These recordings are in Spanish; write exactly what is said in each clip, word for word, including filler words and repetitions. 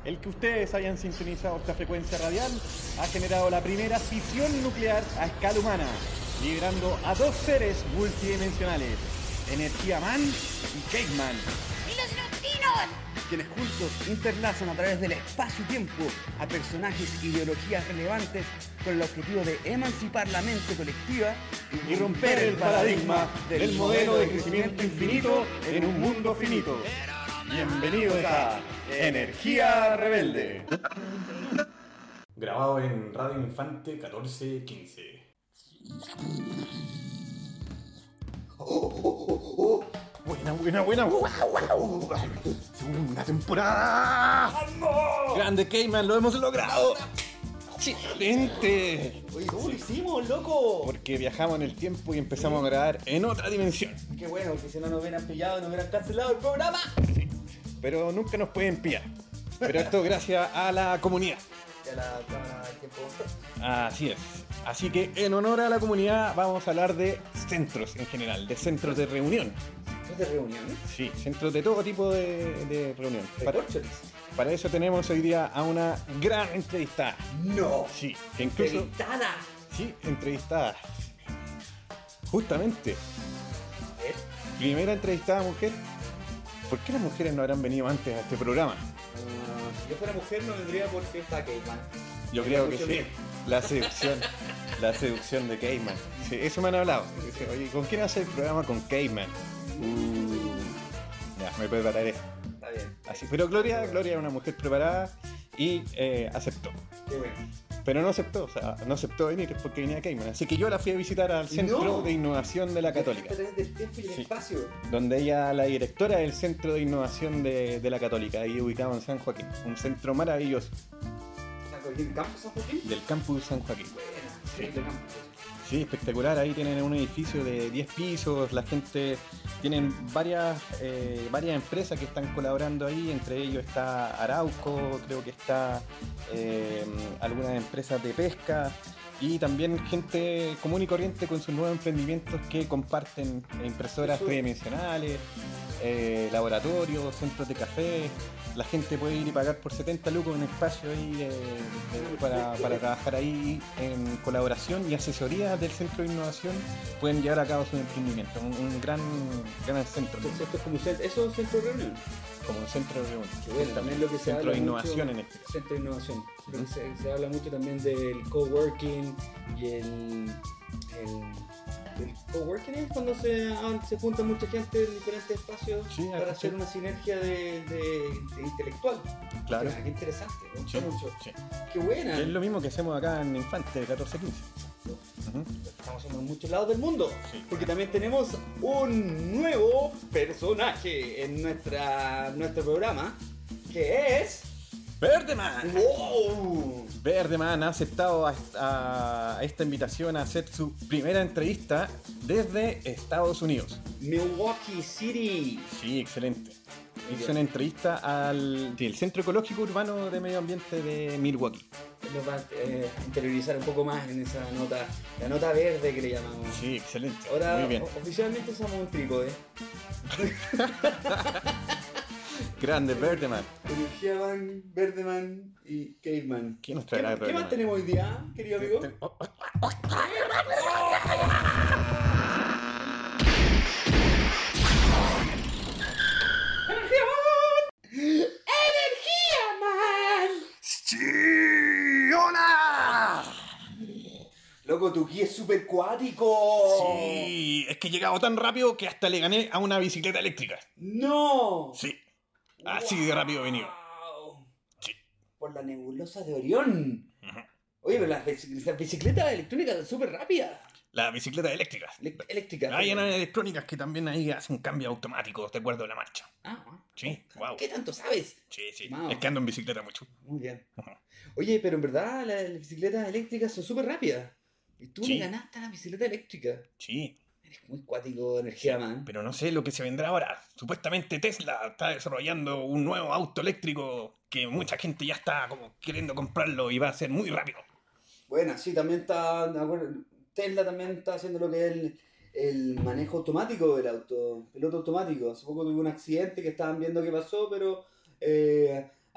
El que ustedes hayan sintonizado esta frecuencia radial ha generado la primera fisión nuclear a escala humana, liberando a dos seres multidimensionales, Energía Man y Caveman. ¡Y los neutrinos! Quienes juntos interlazan a través del espacio-tiempo a personajes e ideologías relevantes con el objetivo de emancipar la mente colectiva y romper el paradigma del modelo de crecimiento infinito en un mundo finito. Bienvenidos a Energía Rebelde. Grabado en Radio Infante catorce quince. Oh, oh, oh, oh. Buena, buena, buena. Wow, wow. Segunda temporada. ¡Vamos! Grande Caveman, lo hemos logrado. ¡Excelente! Oye, ¿cómo lo hicimos, loco? Porque viajamos en el tiempo y empezamos a grabar en otra dimensión. Qué bueno, que si no nos hubieran pillado y nos hubieran cancelado el programa. Sí, pero nunca nos pueden pillar. Pero esto gracias a la comunidad. Y a la cámara del tiempo. Así es. Así que en honor a la comunidad vamos a hablar de centros en general, de centros de reunión. ¿Centros de reunión? Sí, centros de todo tipo de, de reunión. ¿De para, corcholis? para eso tenemos hoy día a una gran entrevistada. ¡No! Sí, que incluso... ¡Entrevistada! Sí, entrevistada. Justamente. A ver. Primera entrevistada mujer. ¿Por qué las mujeres no habrán venido antes a este programa? Uh, si yo fuera mujer no vendría porque está Caveman. Yo creo que sí. La seducción. La seducción de Caveman. Sí, eso me han hablado. Dice, oye, ¿con quién hace el programa? Con Caveman. Uh, ya, me prepararé. Está bien. Así, pero Gloria, Gloria es una mujer preparada y eh, aceptó. Qué bueno. Pero no aceptó, o sea, no aceptó venir porque venía Caveman. Así que yo la fui a visitar al Centro no. de Innovación de la Católica. A través del tiempo y el Sí. espacio. Donde ella, la directora del Centro de Innovación de, de la Católica, ahí ubicado en San Joaquín. Un centro maravilloso. ¿El campus San Joaquín? Del campus San Joaquín. Buena, Sí. sí, de campus. Sí, espectacular. Ahí tienen un edificio de diez pisos. La gente, tienen varias eh, varias empresas que están colaborando ahí. Entre ellos está Arauco, creo que está eh, algunas empresas de pesca. Y también gente común y corriente con sus nuevos emprendimientos que comparten impresoras Eso. tridimensionales, eh, laboratorios, centros de café. La gente puede ir y pagar por setenta lucas un espacio ahí de- de- para, para trabajar ahí en colaboración y asesoría del Centro de Innovación. Pueden llevar a cabo sus emprendimientos. Un, un gran, gran centro, Entonces esto es como un centro, eso es un centro de reunión. como un centro de reunión. Que bueno, también lo que se Centro habla de innovación mucho, en este caso. Centro de innovación. Lo que Ujú. se, se habla mucho también del coworking y el, el, el coworking es cuando se, ah, se junta mucha gente en diferentes espacios Sí, para sí. hacer una sinergia de, de- de intelectual. Claro. Qué, qué interesante, me gusta Sí, mucho. sí. Qué buena. Es lo mismo que hacemos acá en Infante de catorce quince. Ujú. Estamos haciendo en muchos lados del mundo. Sí. Porque también tenemos un nuevo personaje en nuestra, nuestro programa. Que es. ¡Verdeman! ¡Wow! Verdeman ha aceptado a, a esta invitación a hacer su primera entrevista desde Estados Unidos. Milwaukee City. Sí, excelente. Hizo una entrevista al sí, el Centro Ecológico Urbano de Medio Ambiente de Milwaukee. Nos va a eh, interiorizar un poco más en esa nota, la nota verde que le llamamos. Sí, excelente. Ahora Muy bien. o- oficialmente usamos un trípode. Grande, Verdeman. Energía Verdeman y Caveman. ¿Quién nos ¿Qué, traerá ¿Qué Verdeman? más tenemos hoy día, querido amigo? Ten- oh, oh, ¡Energía Man! ¡Sí! ¡Hola! Loco, tu ki es súper cuático. Sí, es que he llegado tan rápido que hasta le gané a una bicicleta eléctrica. ¡No! Sí, así de rápido he venido. Wow. Sí. Por la nebulosa de Orión. Ujú. Oye, pero las, bici- las bicicletas electrónicas son súper rápidas. Las bicicletas eléctricas. Ele- eléctricas. Hay unas electrónicas que también ahí hacen cambios automáticos de acuerdo a la marcha. Ah, Sí, wow. ¿Qué tanto sabes? Sí, sí. Wow. Es que ando en bicicleta mucho. Muy bien. Ujú. Oye, pero en verdad las, las bicicletas eléctricas son súper rápidas. Y tú Sí. le ganaste a la bicicleta eléctrica. Sí, Eres muy cuático, energía, man. pero no sé lo que se vendrá ahora. Supuestamente Tesla está desarrollando un nuevo auto eléctrico que mucha gente ya está como queriendo comprarlo y va a ser muy rápido. Bueno, sí, también está, me acuerdo, Tesla también está haciendo lo que es el, el manejo automático del auto, piloto automático. Hace poco tuve un accidente que estaban viendo qué pasó, pero eh, al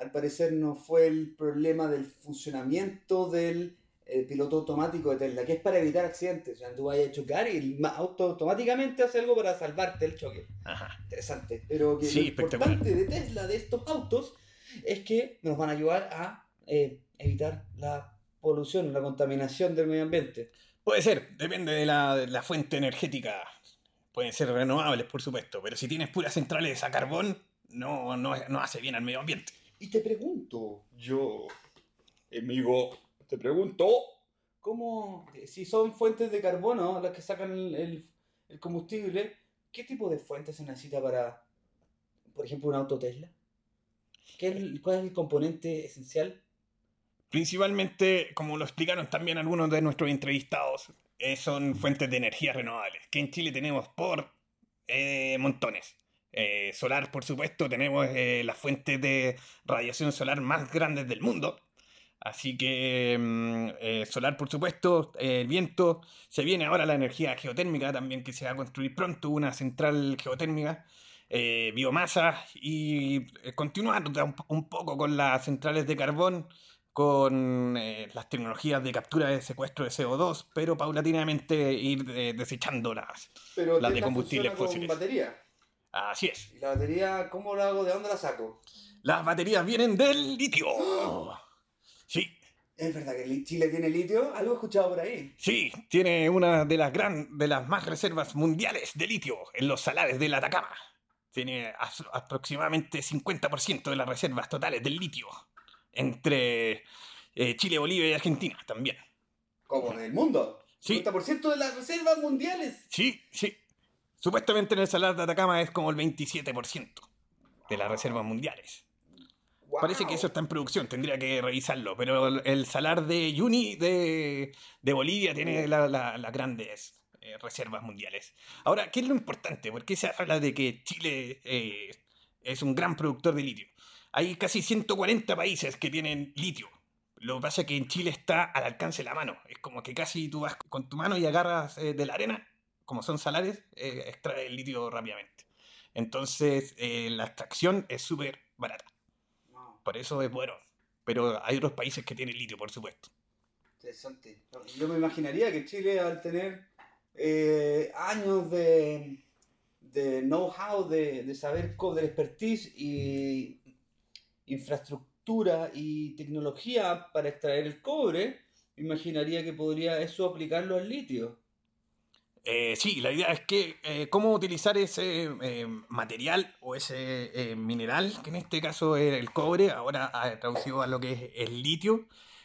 al parecer no fue el problema del funcionamiento del eh, piloto automático de Tesla, que es para evitar accidentes. O sea, tú vayas a chocar y el auto automáticamente hace algo para salvarte el choque. Ajá. Interesante. Pero que Sí, lo espectacular. importante de Tesla, de estos autos, es que nos van a ayudar a eh, evitar la polución, la contaminación del medio ambiente. Puede ser, depende de la, de la fuente energética. Pueden ser renovables, por supuesto, pero si tienes puras centrales a carbón, no, no, no hace bien al medio ambiente. Y te pregunto, yo, amigo, te pregunto, ¿cómo, si son fuentes de carbono las que sacan el, el, el combustible, qué tipo de fuente se necesita para, por ejemplo, un auto Tesla? ¿Qué es el, ¿Cuál es el componente esencial? Principalmente, como lo explicaron también algunos de nuestros entrevistados, eh, son fuentes de energía renovables, que en Chile tenemos por eh, montones. Eh, solar, por supuesto, tenemos eh, las fuentes de radiación solar más grandes del mundo. Así que mm, eh, solar, por supuesto, eh, el viento. Se viene ahora la energía geotérmica también, que se va a construir pronto, una central geotérmica. Eh, biomasa y eh, continuar un, un poco con las centrales de carbón, con eh, las tecnologías de captura de secuestro de C O dos, pero paulatinamente ir eh, desechando las, Pero las de Tesla combustibles funciona fósiles. con batería. Así es. ¿Y la batería cómo la hago? ¿De dónde la saco? Las baterías vienen del litio. Sí, ¿Es verdad que li- Chile tiene litio? Algo he escuchado por ahí. sí, tiene una de las gran, de las más reservas mundiales de litio en los salares del Atacama. Tiene as- aproximadamente cincuenta por ciento de las reservas totales del litio entre eh, Chile, Bolivia y Argentina también. ¿Cómo? ¿Del mundo? Sí. cincuenta por ciento de las reservas mundiales. Sí, sí. Supuestamente en el salar de Atacama es como el veintisiete por ciento de las reservas mundiales. Wow. Parece que eso está en producción, tendría que revisarlo, pero el, el salar de Uyuni de, de Bolivia tiene las la, la grandes eh, reservas mundiales. Ahora, ¿qué es lo importante? ¿Por qué se habla de que Chile eh, es un gran productor de litio? Hay casi ciento cuarenta países que tienen litio. Lo que pasa es que en Chile está al alcance de la mano. Es como que casi tú vas con tu mano y agarras eh, de la arena, como son salares, eh, extrae el litio rápidamente. Entonces, eh, la extracción es súper barata. Wow, Por eso es bueno. Pero hay otros países que tienen litio, por supuesto. interesante. Yo me imaginaría que Chile, al tener eh, años de, de know-how, de, de saber co- del expertise y infraestructura y tecnología para extraer el cobre, me imaginaría que podría eso aplicarlo al litio. Eh, sí, la idea es que eh, cómo utilizar ese eh, material o ese eh, mineral, que en este caso es el cobre, ahora ha traducido a lo que es el litio.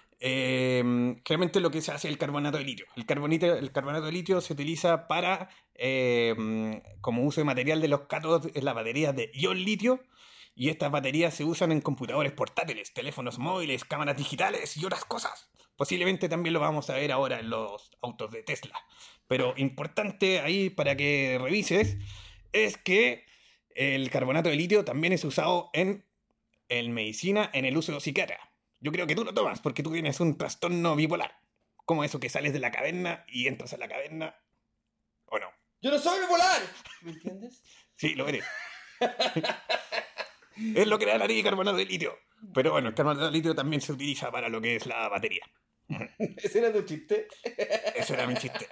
Eh, realmente lo que se hace es el carbonato de litio. El, carbonito, el carbonato de litio se utiliza para, eh, como uso de material de los cátodos en las baterías de ion litio, y estas baterías se usan en computadores portátiles, teléfonos móviles, cámaras digitales y otras cosas. Posiblemente también lo vamos a ver ahora en los autos de Tesla. Pero importante ahí para que revises es que el carbonato de litio también es usado en, en medicina, en el uso psiquiatra. Yo creo que tú lo tomas porque tú tienes un trastorno bipolar. Como eso que sales de la caverna y entras a la caverna. ¿O no? ¡Yo no soy bipolar! ¿Me entiendes? Sí, lo eres. Es lo que da la ley de carbonato de litio. Pero bueno, el carbonato de litio también se utiliza para lo que es la batería. ¿Ese era tu chiste? Eso era mi chiste.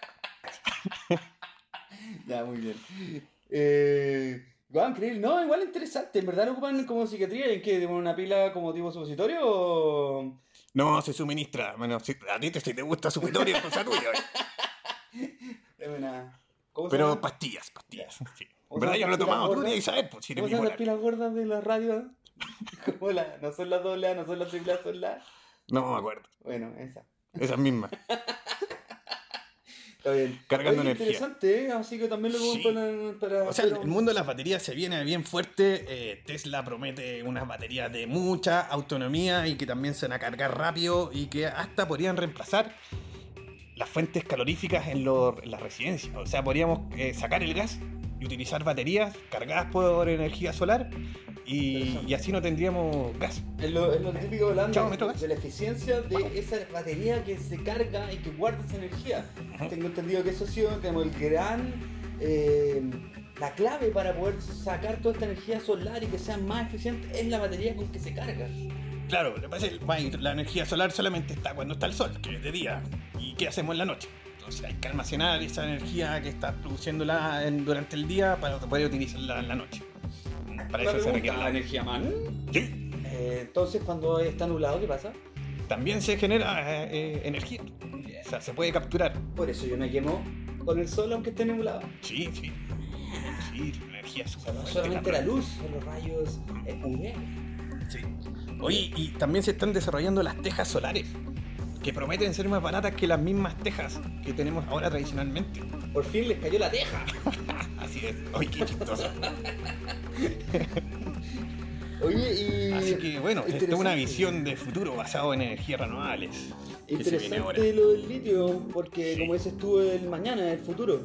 Ya, muy bien. Eh, wow, increíble. No, igual interesante. ¿En verdad lo ocupan como psiquiatría? ¿En qué? ¿En una pila como tipo supositorio o...? No, se suministra. Bueno, si a ti te, si te gusta supositorio, es cosa tuya. Es una... ¿Cómo se Pero llama? pastillas, pastillas. Sí. ¿Cómo En se verdad yo llama lo he las tomado, tú pilas tienes que saber, pues, si eres ¿Cómo se llaman las bipolar. pilas gordas de la radio? ¿Cómo la... No son las doble A, no son las triple A, son las... No me acuerdo. Bueno, esa. Esas mismas. Está bien. Cargando Oye, energía. interesante, ¿eh? Así que también lo Sí. ocupan para... para O sea, el pero- el mundo de las baterías se viene bien fuerte. eh, Tesla promete unas baterías de mucha autonomía y que también se van a cargar rápido y que hasta podrían reemplazar las fuentes caloríficas en, los- en las residencias. O sea, podríamos eh, sacar el gas y utilizar baterías cargadas por energía solar y, y así no tendríamos gas. Es lo, es lo típico hablando Chao, ¿me de, tocas? de la eficiencia de esa batería que se carga y que guarda esa energía. Ajá. Tengo entendido que eso ha sido como el gran, eh, la clave para poder sacar toda esta energía solar y que sea más eficiente es la batería con que se carga. Claro, lo que pasa es que la energía solar solamente está cuando está el sol, que es de día. ¿Y qué hacemos en la noche? Entonces hay que almacenar esa energía que está produciéndola en, durante el día para poder utilizarla en la noche. Para Una eso se pregunta, requiere la la energía man. Sí. Eh, entonces, cuando está nublado, ¿qué pasa? También se genera eh, energía. O sea, se puede capturar. Por eso yo me quemo con el sol aunque esté nublado. Sí, sí. Sí, la energía es O sea, súper no fuerte, solamente la Carlos. luz, son los rayos eh, U V. Sí. Oye, y también se están desarrollando las tejas solares, que prometen ser más baratas que las mismas tejas que tenemos ahora tradicionalmente. Por fin les cayó la teja. Así es. Oye, qué chistoso. Oye, y... Así que bueno, esta es una interesante. visión de futuro basado en energías renovables. Que se viene ahora. Interesante lo del litio, porque Sí. como dices tú, el mañana, el futuro.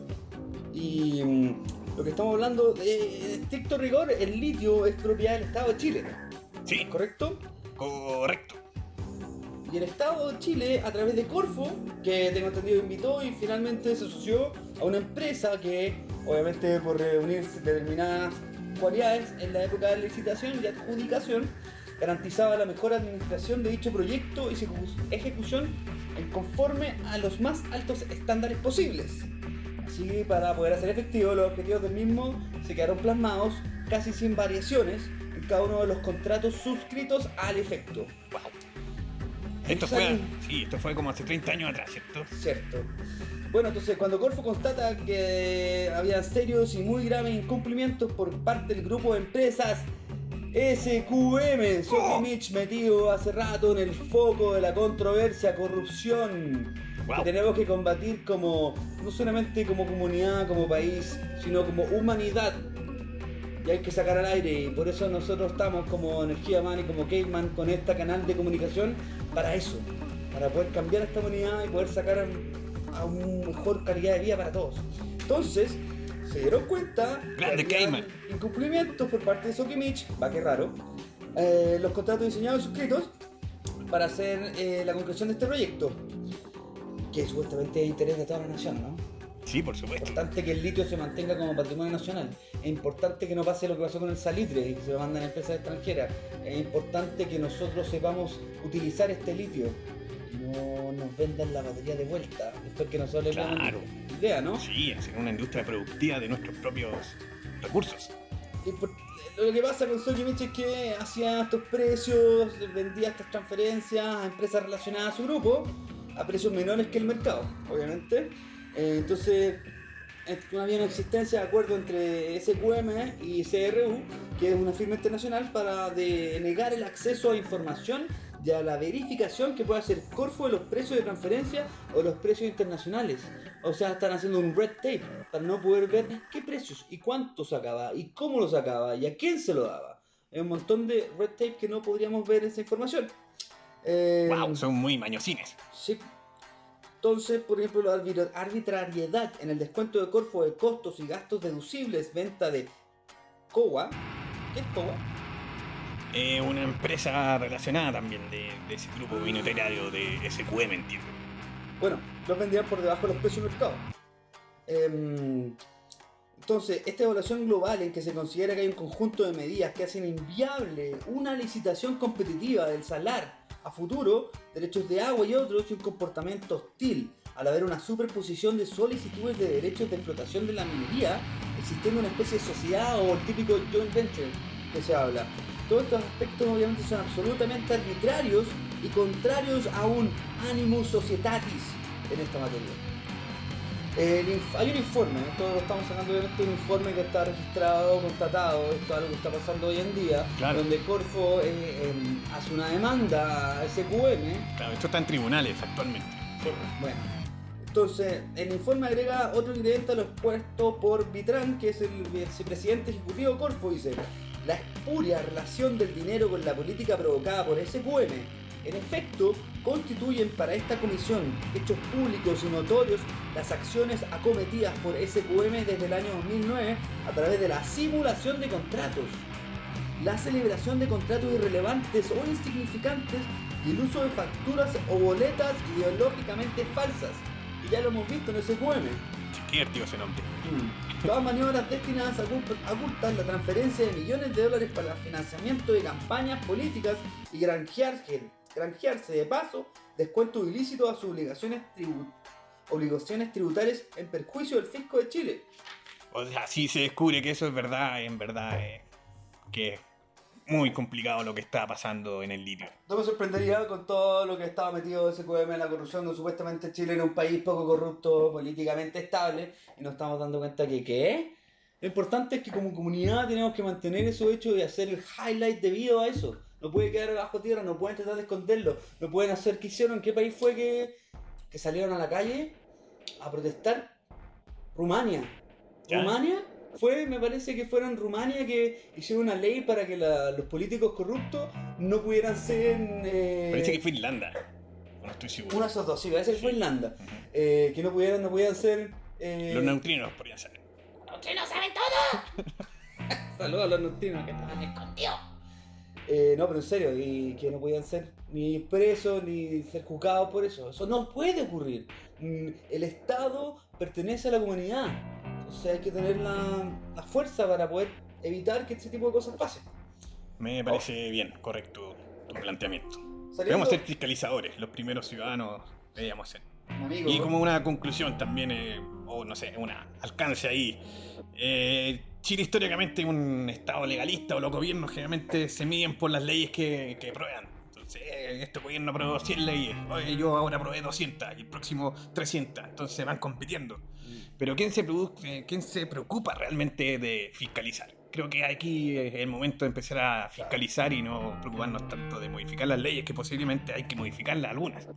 Y mm, lo que estamos hablando, de en estricto rigor, el litio es propiedad del Estado de Chile, Sí, ¿correcto? correcto. Y el Estado de Chile, a través de Corfo, que tengo entendido invitó y finalmente se asoció a una empresa que, obviamente por reunir determinadas cualidades en la época de licitación y adjudicación, garantizaba la mejor administración de dicho proyecto y su ejecución en conforme a los más altos estándares posibles. Así, para poder hacer efectivo los objetivos del mismo, se quedaron plasmados casi sin variaciones en cada uno de los contratos suscritos al efecto. Wow. Esto Sale- fue, sí, esto fue como hace treinta años atrás, ¿cierto? Cierto. Bueno, entonces cuando Corfo constata que había serios y muy graves incumplimientos por parte del grupo de empresas S Q M, Sokimich, metido hace rato en el foco de la controversia, corrupción, Wow. que tenemos que combatir como, no solamente como comunidad, como país, sino como humanidad. Y hay que sacar al aire, y por eso nosotros estamos como Energía Man y como Caveman con este canal de comunicación para eso, para poder cambiar esta humanidad y poder sacar a, a una mejor calidad de vida para todos. Entonces, se dieron cuenta Grande que había Caveman. incumplimientos por parte de Sokimich, va que raro, eh, los contratos diseñados y suscritos para hacer eh, la concreción de este proyecto, que supuestamente es de interés de toda la nación, ¿no? Sí, por Es supuesto. importante que el litio se mantenga como patrimonio nacional. Es importante que no pase lo que pasó con el salitre y que se lo mandan a empresas extranjeras. Es importante que nosotros sepamos utilizar este litio. No nos vendan la batería de vuelta. Después que nosotros le damos Claro. idea, ¿no? Sí, hacer una industria productiva de nuestros propios recursos. Y por- lo que pasa con Sokimich es que hacía estos precios, vendía estas transferencias a empresas relacionadas a su grupo a precios menores que el mercado, obviamente. Eh, entonces, es- no había una existencia de acuerdo entre S Q M y C R U, que es una firma internacional, para denegar el acceso a información y a la verificación que puede hacer Corfo de los precios de transferencia o los precios internacionales. O sea, están haciendo un red tape para no poder ver qué precios y cuánto sacaba y cómo lo sacaba y a quién se lo daba. Es un montón de red tape que no podríamos ver esa información. Eh, Wow, son muy mañosines. Sí. Entonces, por ejemplo, la arbitra- arbitrariedad en el descuento de Corfo de costos y gastos deducibles, venta de COA. ¿Qué es COA? Eh, una empresa relacionada también de, de ese grupo vinoterario de S Q M, entiendo. Bueno, los vendían por debajo de los precios del mercado. Em, entonces, esta evaluación global en que se considera que hay un conjunto de medidas que hacen inviable una licitación competitiva del salar a futuro, derechos de agua y otros, y un comportamiento hostil al haber una superposición de solicitudes de derechos de explotación de la minería, existiendo una especie de sociedad o el típico joint venture que se habla. Todos estos aspectos obviamente son absolutamente arbitrarios y contrarios a un animus societatis en esta materia. El inf- hay un informe, esto lo estamos sacando obviamente un informe que está registrado, constatado, esto es algo que está pasando hoy en día, Claro. donde Corfo eh, em, hace una demanda a S Q M. Claro, esto está en tribunales actualmente. Bueno, entonces el informe agrega otro ingrediente a lo expuesto por Vitran, que es el vicepresidente ejecutivo de Corfo. Dice: la espuria relación del dinero con la política provocada por S Q M, en efecto, constituyen para esta comisión hechos públicos y notorios las acciones acometidas por S Q M desde el año dos mil nueve a través de la simulación de contratos, la celebración de contratos irrelevantes o insignificantes y el uso de facturas o boletas ideológicamente falsas, y ya lo hemos visto en el C Q M. Qué divertido ese nombre. Mm. Todas maniobras destinadas a ocult- a ocultar la transferencia de millones de dólares para el financiamiento de campañas políticas y granjearse, granjearse de paso descuentos ilícitos a sus obligaciones, tribu- obligaciones tributarias en perjuicio del fisco de Chile. O sea, si se descubre que eso es verdad, en verdad eh, que es muy complicado lo que está pasando en el litio. No me sorprendería con todo lo que estaba metido ese C Q M en la corrupción, donde supuestamente Chile era un país poco corrupto, políticamente estable, y nos estamos dando cuenta que ¿qué? Lo importante es que como comunidad tenemos que mantener esos hechos y hacer el highlight debido a eso. No puede quedar bajo tierra, no pueden tratar de esconderlo, no pueden hacer qué hicieron, qué país fue que, que salieron a la calle a protestar. Rumania. ¿Ya? Rumania fue, me parece que fueron Rumania que hicieron una ley para que la- los políticos corruptos no pudieran ser... eh, Parece que fue Irlanda. No estoy seguro. Uno de esos dos, sí, parece que fue Sí. Irlanda. Ujú. Eh, que no pudieran, no pudieran ser... eh, Los neutrinos podrían ser. ¡Los chinos saben todo! Saludos a los neutrinos que estaban ¡Me escondió! Eh, no, pero en serio, y que no podían ser ni presos ni ser juzgados por eso. Eso no puede ocurrir. Mm, El Estado pertenece a la comunidad. Entonces hay que tener la, la fuerza para poder evitar que ese tipo de cosas pasen. Me parece bien, correcto tu planteamiento. Saliendo- Debemos ser fiscalizadores, los primeros ciudadanos deberíamos ser. Amigo, Y como una conclusión también, eh, o no sé, un alcance ahí. eh, Chile históricamente es un estado legalista, o los gobiernos generalmente se miden por las leyes que, que aprueban. Entonces, eh, este gobierno aprobó cien leyes, oye, yo ahora aprobé doscientas y el próximo trescientas, entonces van compitiendo. Pero ¿quién se, produ- eh, ¿quién se preocupa realmente de fiscalizar? Creo que aquí es el momento de empezar a fiscalizar y no preocuparnos tanto de modificar las leyes, que posiblemente hay que modificarlas algunas.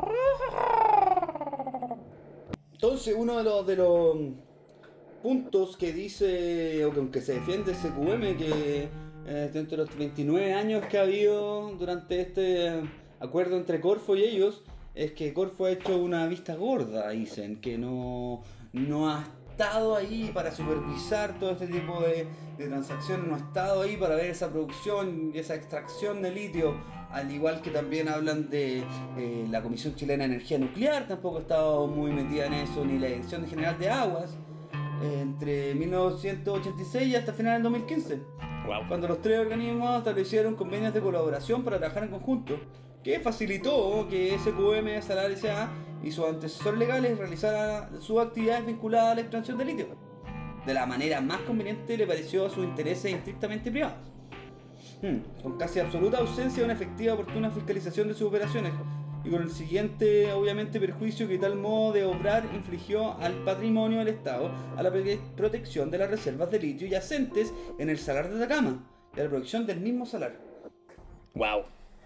entonces uno de los, de los puntos que dice, o con que se defiende C Q M, que eh, dentro de los veintinueve años que ha habido durante este acuerdo entre Corfo y ellos, es que Corfo ha hecho una vista gorda, dicen, que no, no ha estado ahí para supervisar todo este tipo de, de transacciones, no ha estado ahí para ver esa producción y esa extracción de litio, al igual que también hablan de eh, la Comisión Chilena de Energía Nuclear, tampoco ha estado muy metida en eso, ni la Dirección General de Aguas, eh, entre mil novecientos ochenta y seis y hasta finales del dos mil quince. Wow. Cuando los tres organismos establecieron convenios de colaboración para trabajar en conjunto, que facilitó que S Q M, Salar S A y sus antecesores legales realizaran sus actividades vinculadas a la extracción de litio. De la manera más conveniente le pareció a sus intereses estrictamente privados. Hmm, Con casi absoluta ausencia de una efectiva y oportuna fiscalización de sus operaciones y con el siguiente, obviamente, perjuicio que tal modo de obrar infligió al patrimonio del Estado, a la prote- protección de las reservas de litio yacentes en el Salar de Atacama y a la producción del mismo salar. Wow.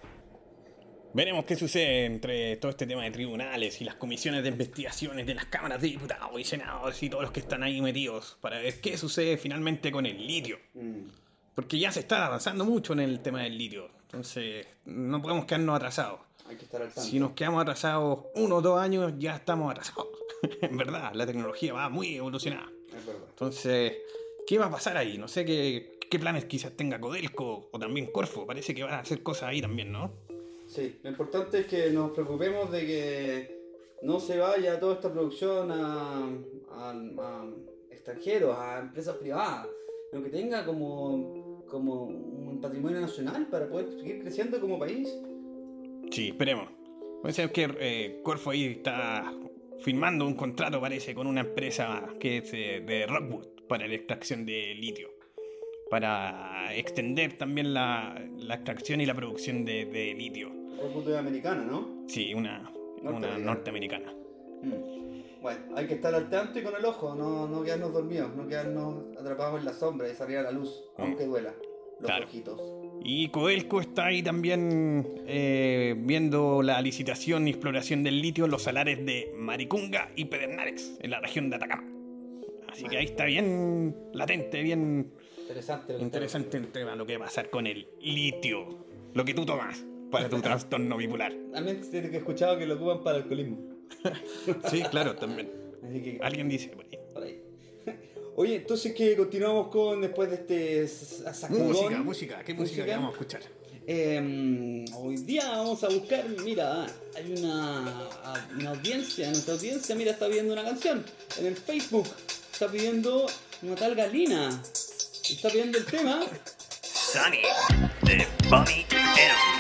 Veremos qué sucede entre todo este tema de tribunales y las comisiones de investigaciones de las cámaras de diputados y senadores y todos los que están ahí metidos para ver qué sucede finalmente con el litio. Mm. Porque ya se está avanzando mucho en el tema del litio. Entonces, no podemos quedarnos atrasados. Hay que estar al tanto. Si nos quedamos atrasados uno o dos años, ya estamos atrasados. En verdad, la tecnología va muy evolucionada. Es verdad. Entonces, ¿qué va a pasar ahí? No sé qué, qué planes quizás tenga Codelco o también Corfo. Parece que van a hacer cosas ahí también, ¿no? Sí, lo importante es que nos preocupemos de que no se vaya toda esta producción a, a, a extranjeros, a empresas privadas, sino que tenga como, como un patrimonio nacional para poder seguir creciendo como país. Sí, esperemos. Puede ser que eh, Corfo ahí está firmando un contrato, parece, con una empresa que es eh, de Rockwood para la extracción de litio. Para extender también la, la extracción y la producción de, de litio. Rockwood es americana, ¿no? Sí, una, una Norteamericana. norteamericana. Mm. Bueno, hay que estar al tanto y con el ojo, no, no quedarnos dormidos, no quedarnos atrapados en la sombra y salir a la luz, Mm. aunque duela. Los Claro. ojitos. Y Codelco está ahí también eh, viendo la licitación y exploración del litio en los salares de Maricunga y Pedernales, en la región de Atacama. Así que ahí está bien latente, bien Interesante. lo que interesante el tema, lo que va a pasar con el litio. Lo que tú tomas para tu trastorno bipolar. está. También tiene que he escuchado que lo ocupan para el alcoholismo. Sí, claro, también. Así que Alguien dice por ahí. por ahí. Oye, entonces que continuamos con después de este s- sacudón. Música, música. ¿Qué música, que vamos a escuchar? Eh, hoy día vamos a buscar, mira, hay una, una audiencia, nuestra audiencia, mira, está pidiendo una canción en el Facebook, está pidiendo una tal Galina, está pidiendo el tema Sunny de Bonnie M.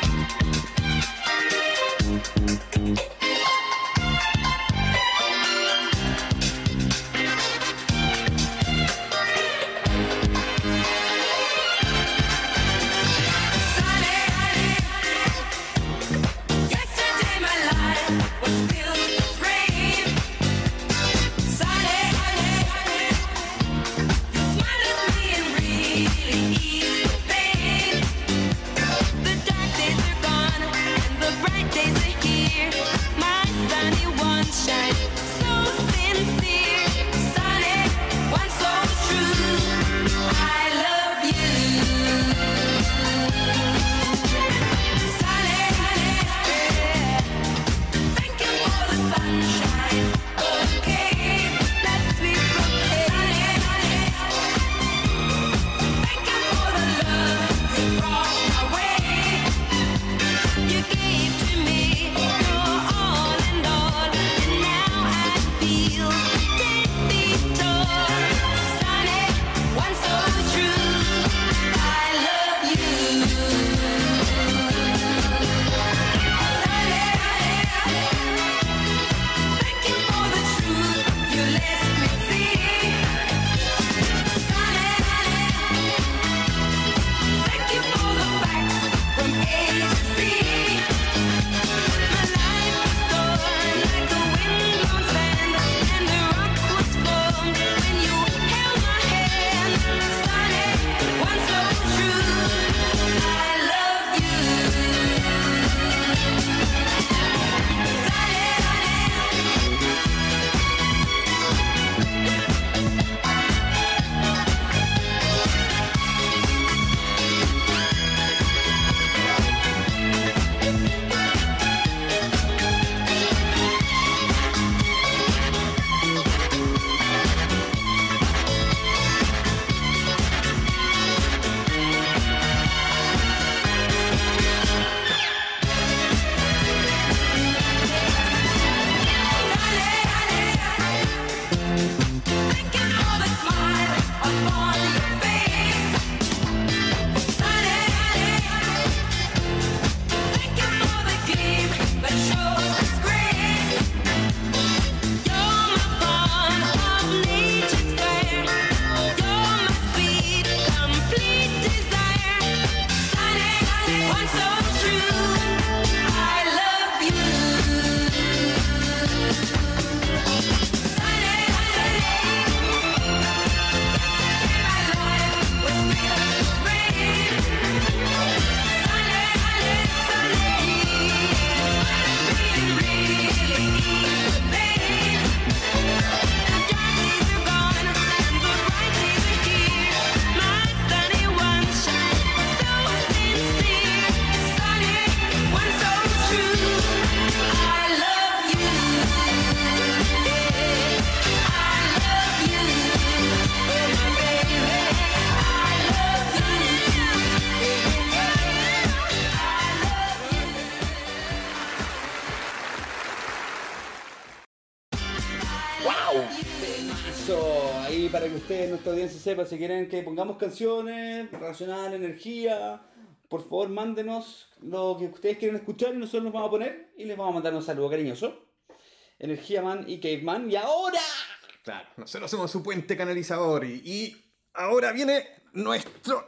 Ahí para que ustedes, nuestra audiencia, sepa, si quieren que pongamos canciones relacionadas a la energía, por favor mándenos lo que ustedes quieren escuchar y nosotros nos vamos a poner y les vamos a mandar un saludo cariñoso. Energía Man y Caveman. Y ahora, claro, nosotros somos su puente canalizador y, y ahora viene nuestro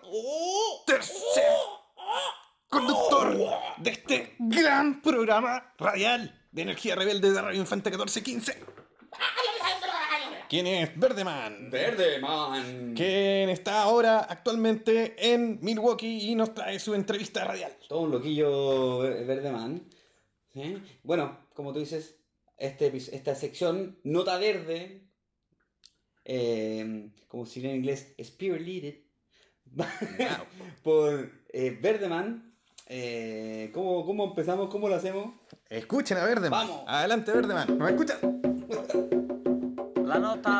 tercer conductor de este gran programa radial de Energía Rebelde de Radio Infante catorce quince. ¿Quién es? Verdeman. Verdeman. Quien está ahora actualmente en Milwaukee y nos trae su entrevista radial. Todo un loquillo Verdeman. ¿Sí? Bueno, como tú dices, este, esta sección, Nota Verde, eh, como si en inglés, spearheaded, wow. por eh, Verdeman. Eh, ¿cómo, ¿Cómo empezamos? ¿Cómo lo hacemos? Escuchen a Verdeman. Vamos. Adelante, Verdeman. ¿Me escuchas? La Nota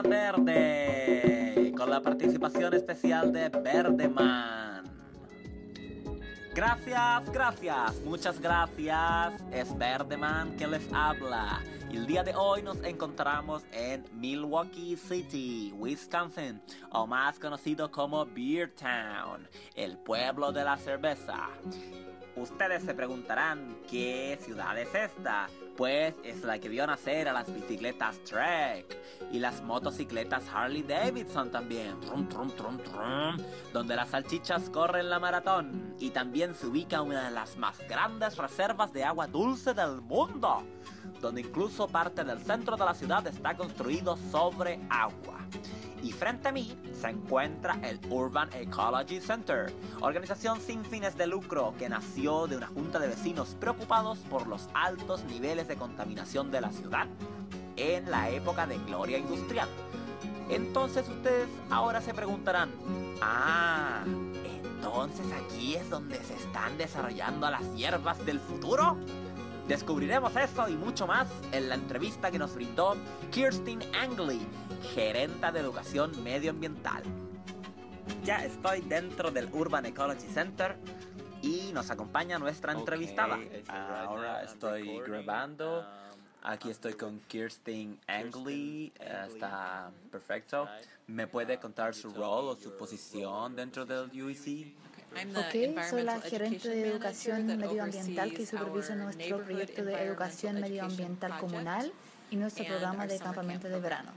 Verde, con la participación especial de Verdeman. Gracias, gracias, muchas gracias. Es Verdeman que les habla. Y el día de hoy nos encontramos en Milwaukee City, Wisconsin, o más conocido como Beer Town, el pueblo de la cerveza. Ustedes se preguntarán, ¿qué ciudad es esta? Pues es la que vio nacer a las bicicletas Trek y las motocicletas Harley Davidson también, trum, trum, trum, trum, donde las salchichas corren la maratón. Y también se ubica una de las más grandes reservas de agua dulce del mundo, donde incluso parte del centro de la ciudad está construido sobre agua. Y frente a mí se encuentra el Urban Ecology Center, organización sin fines de lucro que nació de una junta de vecinos preocupados por los altos niveles de contaminación de la ciudad en la época de gloria industrial. Entonces ustedes ahora se preguntarán, ah, entonces aquí es donde se están desarrollando las hierbas del futuro. Descubriremos eso y mucho más en la entrevista que nos brindó Kirsten Angley, gerenta de educación medioambiental. Ya estoy dentro del Urban Ecology Center y nos acompaña nuestra entrevistada. Ahora estoy grabando. Aquí estoy con Kirsten Angley. Está perfecto. ¿Me puede contar su rol o su posición dentro del U E C? Ok, soy la gerente de educación medioambiental que supervisa nuestro proyecto de educación medioambiental comunal y nuestro programa de campamento de verano.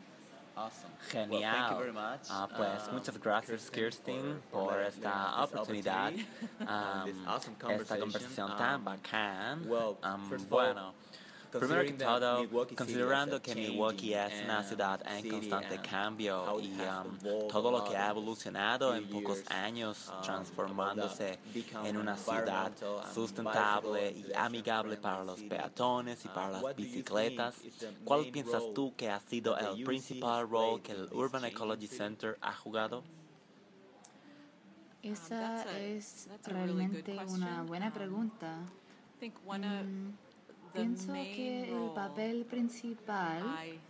Genial. Ah, pues muchas gracias, Kirsten, por esta oportunidad, um, esta conversación tan bacán. Um, bueno, primero que todo, considerando que Milwaukee es una ciudad en constante cambio y um, todo lo que ha evolucionado en pocos años, transformándose en una ciudad sustentable y amigable para los peatones y para las bicicletas, ¿cuál piensas tú que ha sido el principal rol que el Urban Ecology Center ha jugado? Esa es realmente una buena pregunta. Mm, Pienso que el papel principal,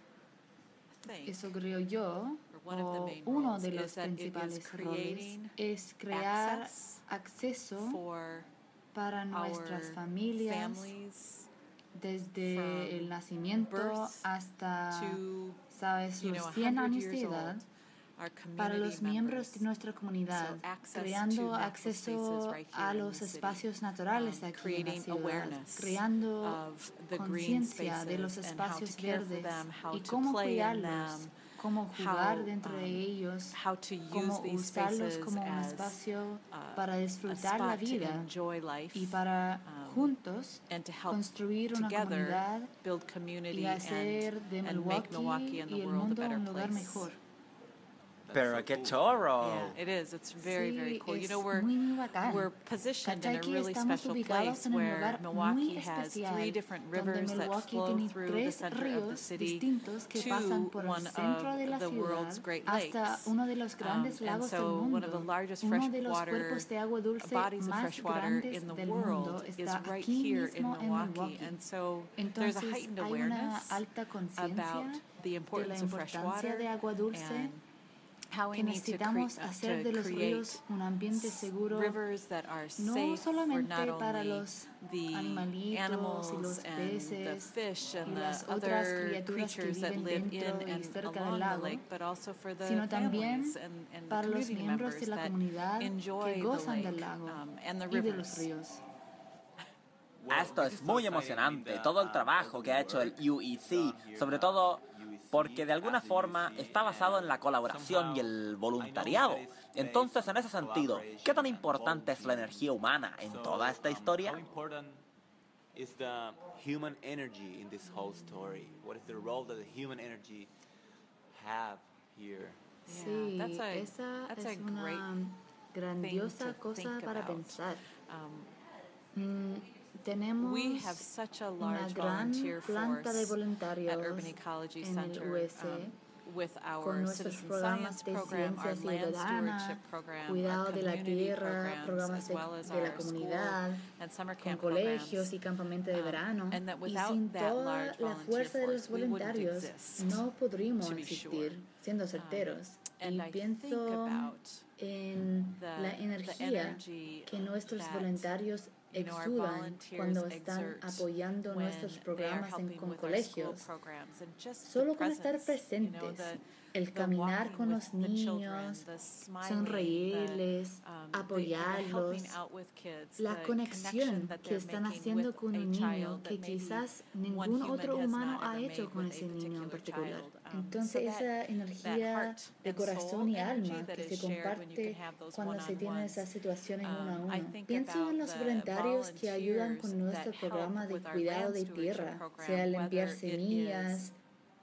eso creo yo, o uno de los principales roles, es crear acceso para nuestras familias desde el nacimiento hasta, sabes, los cien años de edad, para los miembros de nuestra comunidad, creando acceso a los espacios naturales aquí en la ciudad, creando conciencia de los espacios verdes y cómo cuidarlos, cómo jugar dentro de ellos, cómo usarlos como un espacio para disfrutar la vida y para juntos construir una comunidad y hacer de Milwaukee y el mundo un lugar mejor. Pero qué chorro. Yeah, it is. It's very, sí, very cool. Es you know, we're, muy, muy bacán. we're positioned in a Que really estamos special ubicados place en un where lugar Milwaukee muy has especial, three different donde rivers that Milwaukee flow tiene through the tres center of the ríos city distintos que pasan por to el one centro de of la the world's ciudad Great hasta Lakes. uno de los grandes Um, lagos and so del one of the mundo. largest Uno de los freshwater cuerpos de agua dulce bodies of más freshwater grandes in the del mundo world is está right aquí here in mismo en Milwaukee. Milwaukee. And so there's a Entonces heightened hay una awareness alta conciencia about the de la importance of fresh importancia water de agua dulce, and how we que need to, cre- necesitamos uh, hacer to de los create ríos un ambiente seguro, rivers that are no safe for solamente not para only los the animalitos animals y los and the peces fish y and las the otras other criaturas que creatures that viven live dentro in y and cerca del along the lago, lake, but also for the sino también families and, and the para los community miembros members de la that comunidad enjoy que the gozan del lake lago um, and the y de los rivers. ríos. Esto es muy emocionante, todo el trabajo que ha hecho el U E C, sobre todo porque de alguna forma está basado en la colaboración y el voluntariado. Entonces, en ese sentido, ¿qué tan importante es la energía humana en toda esta historia? Is the human energy in this whole story? What is the role that the human energy have here? Sí, Yeah, that's a- esa that's es a una great grandiosa to cosa think para about. pensar. Um, Mm, tenemos we have such a una large gran volunteer planta de force voluntarios at Urban Ecology en el Center U S um, with con our nuestros citizen programas science de program, our ciencia land ciudadana, stewardship program, cuidado our de la community tierra, programs, programas as de, well as de la our school comunidad, and summer con camp colegios programs. y campamento de Um, verano. and that Y without sin that toda large la volunteer fuerza de los force, we wouldn't voluntarios exist, no podríamos to be existir, sure. siendo Um, certeros. and Y I think pienso about en la energía que nuestros voluntarios exudan cuando están apoyando nuestros programas en, con colegios. Solo con estar presentes, el caminar con los niños, sonreírles, apoyarlos, la conexión que están haciendo con un niño que quizás ningún otro humano ha hecho con ese niño en particular. Entonces esa energía de corazón y alma que se comparte cuando se tienen esas situaciones uno a uno. Pienso en los voluntarios que ayudan con nuestro programa de cuidado de tierra, sea limpiar semillas,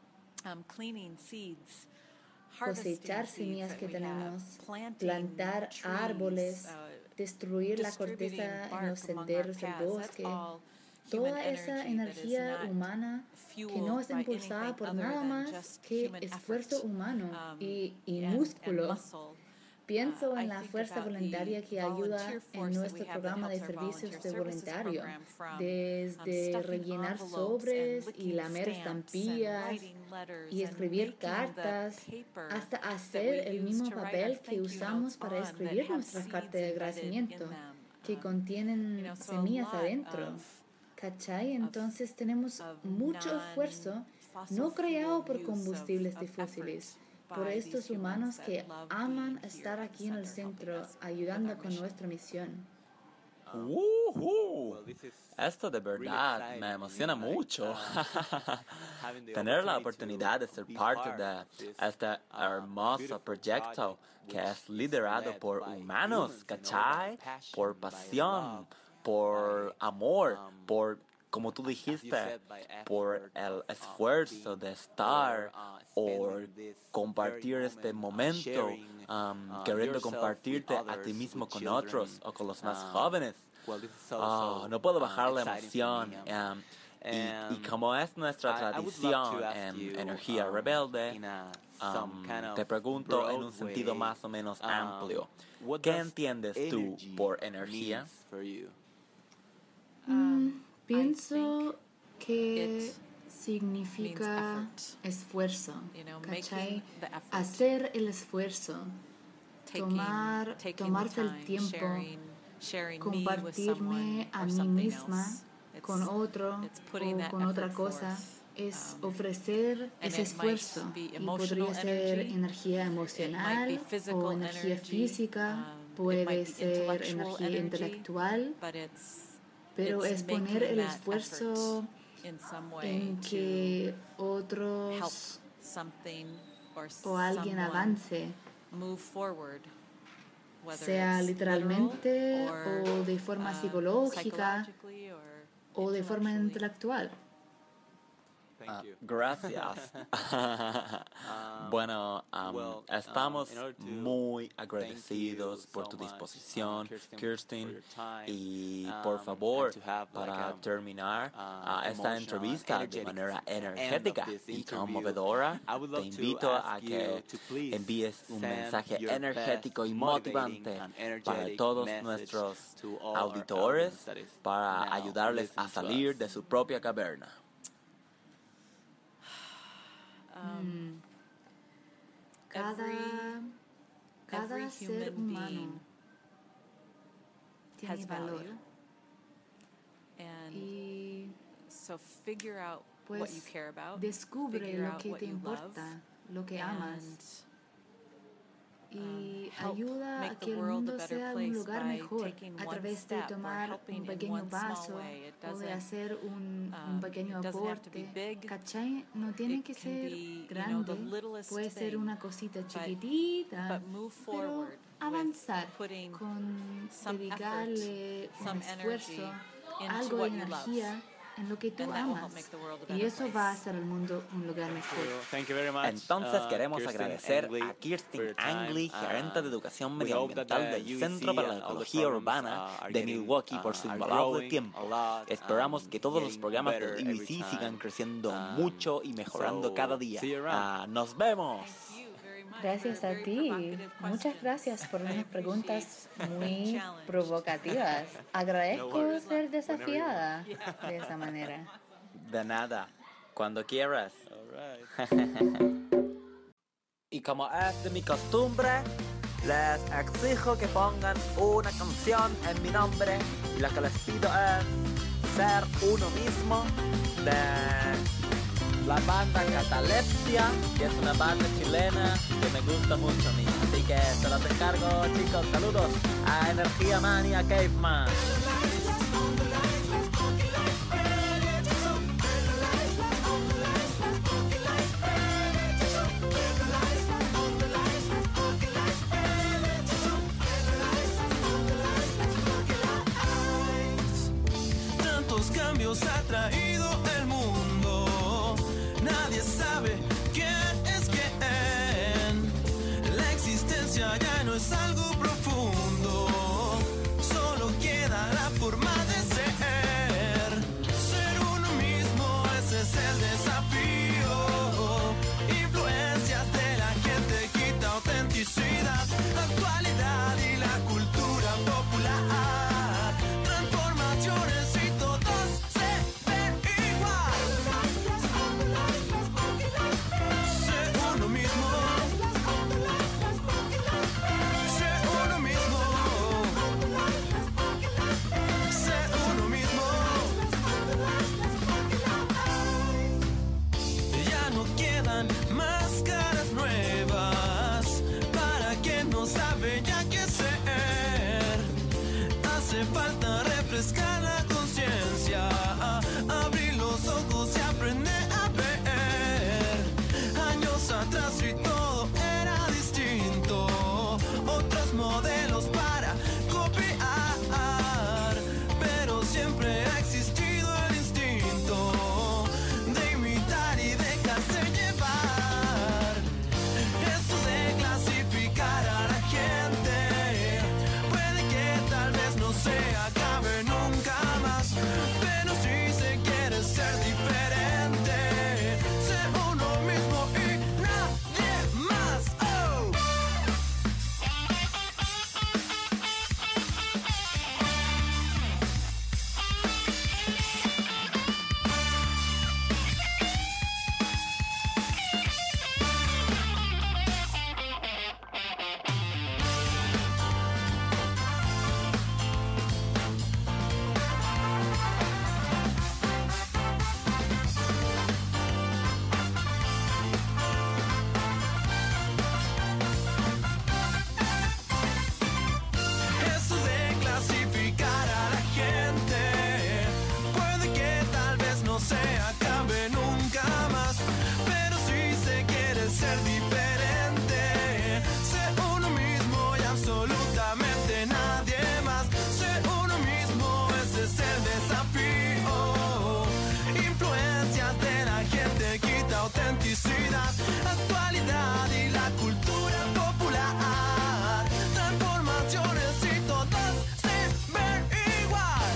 cosechar semillas que tenemos, plantar árboles, destruir la corteza en los senderos del bosque. Toda esa energía humana que no es impulsada por nada más que esfuerzo humano y, y músculo. Pienso en la fuerza voluntaria que ayuda en nuestro programa de servicios de voluntario, desde rellenar sobres y lamer estampillas y escribir cartas, hasta hacer el mismo papel que usamos para escribir nuestras cartas de agradecimiento, que contienen semillas adentro. ¿Cachai? Entonces tenemos mucho esfuerzo no creado por combustibles de fósiles, por estos humanos que aman estar aquí en el centro ayudando con nuestra misión. ¡Uhú! Esto de verdad me emociona mucho. Tener la oportunidad de ser parte de este hermoso proyecto que es liderado por humanos, ¿cachai? Por pasión, por amor, por, como tú dijiste, por el esfuerzo de estar o compartir este momento, um, queriendo compartirte a ti mismo con otros o con los más jóvenes. Oh, no puedo bajar la emoción. Um, y, y como es nuestra tradición en Energía Rebelde, um, te pregunto en un sentido más o menos amplio, ¿qué entiendes tú por energía? Mm, pienso que significa esfuerzo, ¿cachai? Hacer el esfuerzo, tomar, tomarse el tiempo, compartirme a mí misma con otro o con otra cosa, es ofrecer ese esfuerzo. Y podría ser energía emocional o energía física, puede ser energía intelectual, pero es poner el esfuerzo en que otros o alguien avance, sea literalmente o de forma psicológica o de forma intelectual. Uh, gracias. Bueno, um, estamos muy agradecidos por tu disposición, Kirsten, y por favor, para terminar uh, esta entrevista de manera energética y conmovedora, te invito a que envíes un mensaje energético y motivante para todos nuestros auditores para ayudarles a salir de su propia caverna. Um, cada, cada ser humano tiene valor. Y pues descubre lo que te importa, lo que amas. Y ayuda a que el mundo sea un lugar mejor a través de tomar un pequeño paso o de hacer un, un pequeño aporte. ¿Cachai? No tiene que ser grande, puede ser una cosita chiquitita, pero avanzar con dedicarle un esfuerzo, algo de energía en lo que tú amas, y eso va a hacer el mundo un lugar mejor. Entonces queremos agradecer a Kirsten Angley, gerente de educación medioambiental del Centro para la Ecología Urbana de Milwaukee, por su invaluable tiempo. Esperamos que todos los programas de D V C sigan creciendo mucho y mejorando cada día. Uh, ¡Nos vemos! Gracias a ti. Muchas gracias por unas preguntas muy provocativas. Agradezco ser desafiada de esa manera. De nada. Cuando quieras. Y como es de mi costumbre, Les exijo que pongan una canción en mi nombre y lo que les pido es ser uno mismo de la banda Catalepsia, que es una banda chilena que me gusta mucho a mí. Así que se los encargo, chicos. Saludos a Energía Mania Caveman. Tantos cambios ha traído el mundo, nadie sabe quién es quién. La existencia ya no es algo profundo, solo queda la forma de ser. Ser uno mismo, ese es el desafío. Influencias de la gente quita autenticidad, actualidad y la cultura popular. Transformaciones y todos se ven igual. Sé uno mismo. Sé uno mismo. Sé uno mismo. Ya no quedan máscaras nuevas para quien no sabe ya qué ser. Hace falta refrescar la conciencia, abrir los ojos y aprender a ver. Años atrás y todo era distinto, otros modelos para copiar, pero siempre ha existido el instinto de imitar y dejarse llevar. Eso de clasificar a la gente puede que tal vez no se acabe nunca más, pero si se quiere ser diferente, sé uno mismo y nadie más. Oh. Eso de clasificar a la gente puede que tal vez no se acabe nunca más, pero si se quiere ser diferente, sé uno mismo y absolutamente nadie más. Sé uno mismo, ese es el desafío. Influencias de la gente quita autenticidad, actualidad y la cultura popular. Transformaciones y todos se ven igual.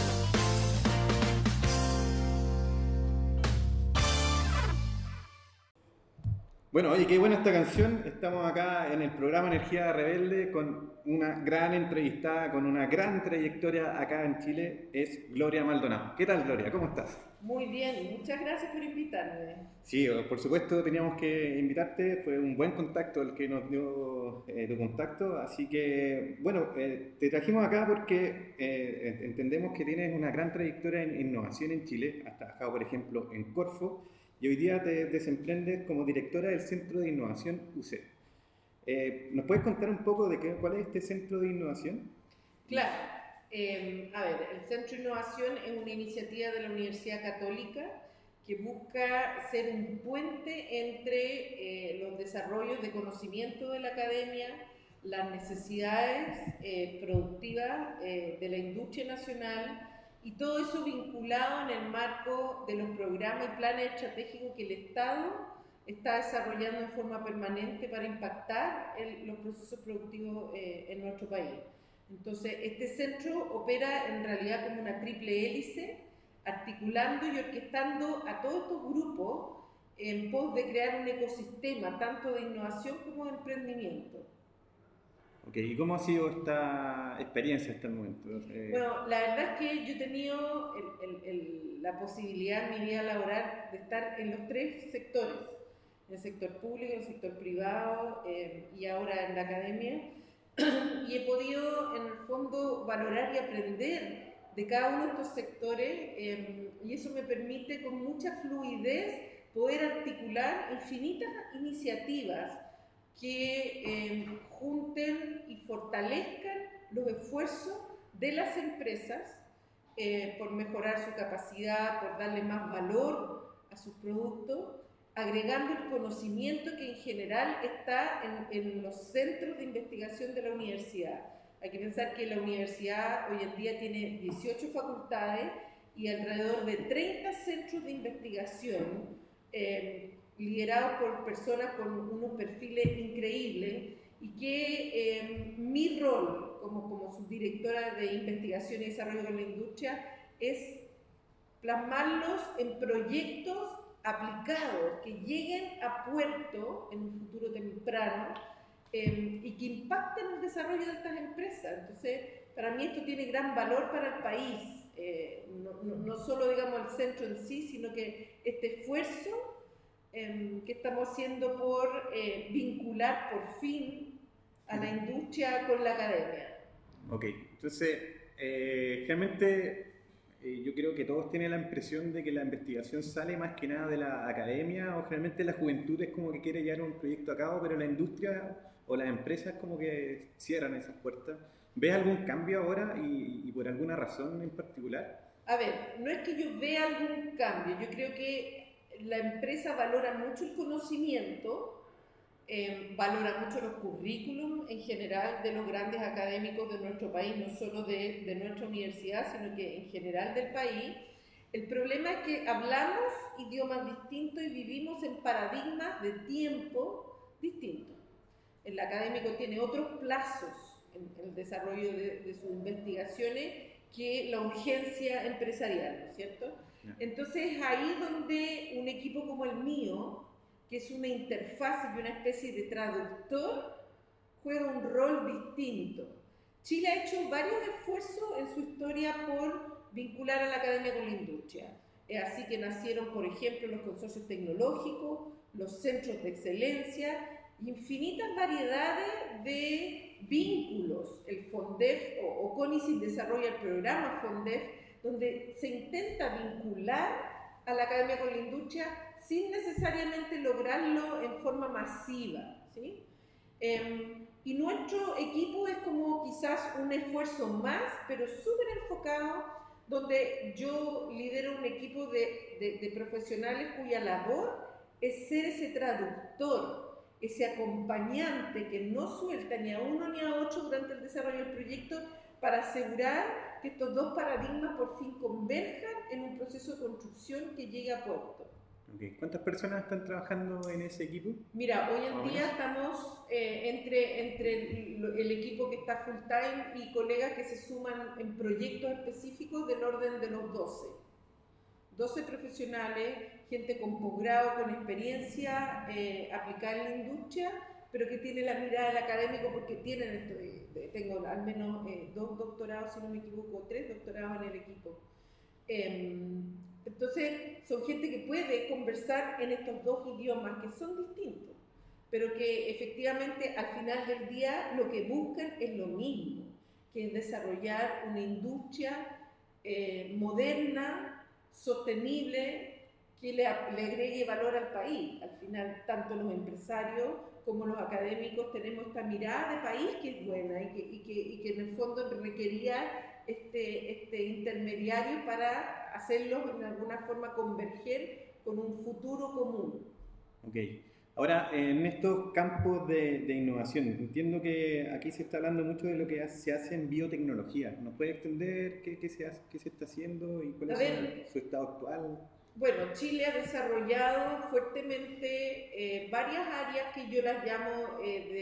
Bueno, oye, qué buena esta canción. Estamos acá en el programa Energía Rebelde con una gran entrevistada, con una gran trayectoria acá en Chile, es Gloria Maldonado. ¿Qué tal, Gloria? ¿Cómo estás? Muy bien, muchas gracias por invitarme. Sí, por supuesto teníamos que invitarte, fue un buen contacto el que nos dio eh, tu contacto, así que bueno, eh, te trajimos acá porque eh, entendemos que tienes una gran trayectoria en innovación en Chile, has trabajado por ejemplo en Corfo y hoy día te desemprendes como directora del Centro de Innovación U C E. Eh, ¿Nos puedes contar un poco de qué, cuál es este Centro de Innovación? Claro, eh, a ver, el Centro de Innovación es una iniciativa de la Universidad Católica que busca ser un puente entre eh, los desarrollos de conocimiento de la academia, las necesidades eh, productivas eh, de la industria nacional y todo eso vinculado en el marco de los programas y planes estratégicos que el Estado está desarrollando en forma permanente para impactar el, los procesos productivos eh, en nuestro país. Entonces, este centro opera en realidad como una triple hélice, articulando y orquestando a todos estos grupos en pos de crear un ecosistema tanto de innovación como de emprendimiento. Ok, ¿y cómo ha sido esta experiencia hasta el momento? Eh... Bueno, la verdad es que yo he tenido el, el, el, la posibilidad en mi vida laboral de estar en los tres sectores, en el sector público, en el sector privado eh, y ahora en la academia. y he podido en el fondo valorar y aprender de cada uno de estos sectores eh, y eso me permite con mucha fluidez poder articular infinitas iniciativas que eh, junten y fortalezcan los esfuerzos de las empresas eh, por mejorar su capacidad, por darle más valor a sus productos, agregando el conocimiento que en general está en, en los centros de investigación de la universidad. Hay que pensar que la universidad hoy en día tiene dieciocho facultades y alrededor de treinta centros de investigación eh, liderados por personas con unos perfiles increíbles y que eh, mi rol como, como subdirectora de investigación y desarrollo de la industria es plasmarlos en proyectos aplicados que lleguen a puerto en un futuro temprano eh, y que impacten el desarrollo de estas empresas. Entonces, para mí esto tiene gran valor para el país, eh, no, no, no solo digamos el centro en sí, sino que este esfuerzo eh, que estamos haciendo por eh, vincular por fin a la industria con la academia. Ok, entonces, eh, realmente eh, yo creo que todos tienen la impresión de que la investigación sale más que nada de la academia, o generalmente la juventud es como que quiere llevar un proyecto a cabo, pero la industria o las empresas como que cierran esas puertas. ¿Ves algún cambio ahora y, y por alguna razón en particular? A ver, no es que yo vea algún cambio, yo creo que la empresa valora mucho el conocimiento, eh, valora mucho los currículum en general de los grandes académicos de nuestro país, no solo de, de nuestra universidad, sino que en general del país. El problema es que hablamos idiomas distintos y vivimos en paradigmas de tiempo distintos. El académico tiene otros plazos en, en el desarrollo de, de sus investigaciones que la urgencia empresarial, ¿no es cierto? Entonces es ahí donde un equipo como el mío, que es una interfaz y una especie de traductor, juega un rol distinto. Chile ha hecho varios esfuerzos en su historia por vincular a la academia con la industria. Es así que nacieron, por ejemplo, los consorcios tecnológicos, los centros de excelencia, infinitas variedades de vínculos. El FONDEF o, o CONICYT desarrolla el programa FONDEF, donde se intenta vincular a la academia con la industria sin necesariamente lograrlo en forma masiva, ¿sí? Eh, y nuestro equipo es como quizás un esfuerzo más, pero súper enfocado, donde yo lidero un equipo de, de, de profesionales cuya labor es ser ese traductor, ese acompañante que no suelta ni a uno ni a otro durante el desarrollo del proyecto para asegurar que estos dos paradigmas por fin converjan en un proceso de construcción que llegue a puerto. Okay. ¿Cuántas personas están trabajando en ese equipo? Mira, hoy en día estamos eh, entre, entre el, el equipo que está full time y colegas que se suman en proyectos específicos del orden de los doce. doce profesionales, gente con posgrado, con experiencia eh, aplicada en la industria, pero que tiene la mirada del académico porque tienen esto de, de, tengo al menos eh, dos doctorados, si no me equivoco, tres doctorados en el equipo. Eh, entonces, son gente que puede conversar en estos dos idiomas que son distintos, pero que efectivamente al final del día lo que buscan es lo mismo, que es desarrollar una industria eh, moderna, sostenible, que le, le agregue valor al país. Al final, tanto los empresarios como los académicos tenemos esta mirada de país que es buena y que, y que, y que en el fondo requería este, este intermediario para hacerlos en alguna forma converger con un futuro común. Ok. Ahora, en estos campos de, de innovación, entiendo que aquí se está hablando mucho de lo que se hace en biotecnología. ¿Nos puede extender qué, qué, se, hace, qué se está haciendo y cuál es su estado actual? Bueno, Chile ha desarrollado fuertemente eh, varias áreas que yo las llamo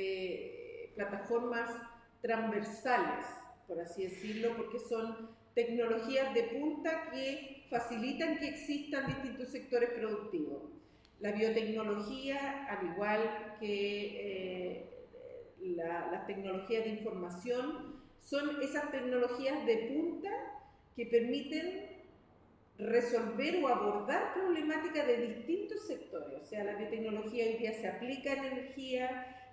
eh, de plataformas transversales, por así decirlo, porque son tecnologías de punta que facilitan que existan distintos sectores productivos. La biotecnología, al igual que eh, la, las tecnologías de información, son esas tecnologías de punta que permiten resolver o abordar problemáticas de distintos sectores. O sea, la biotecnología hoy día se aplica en energía,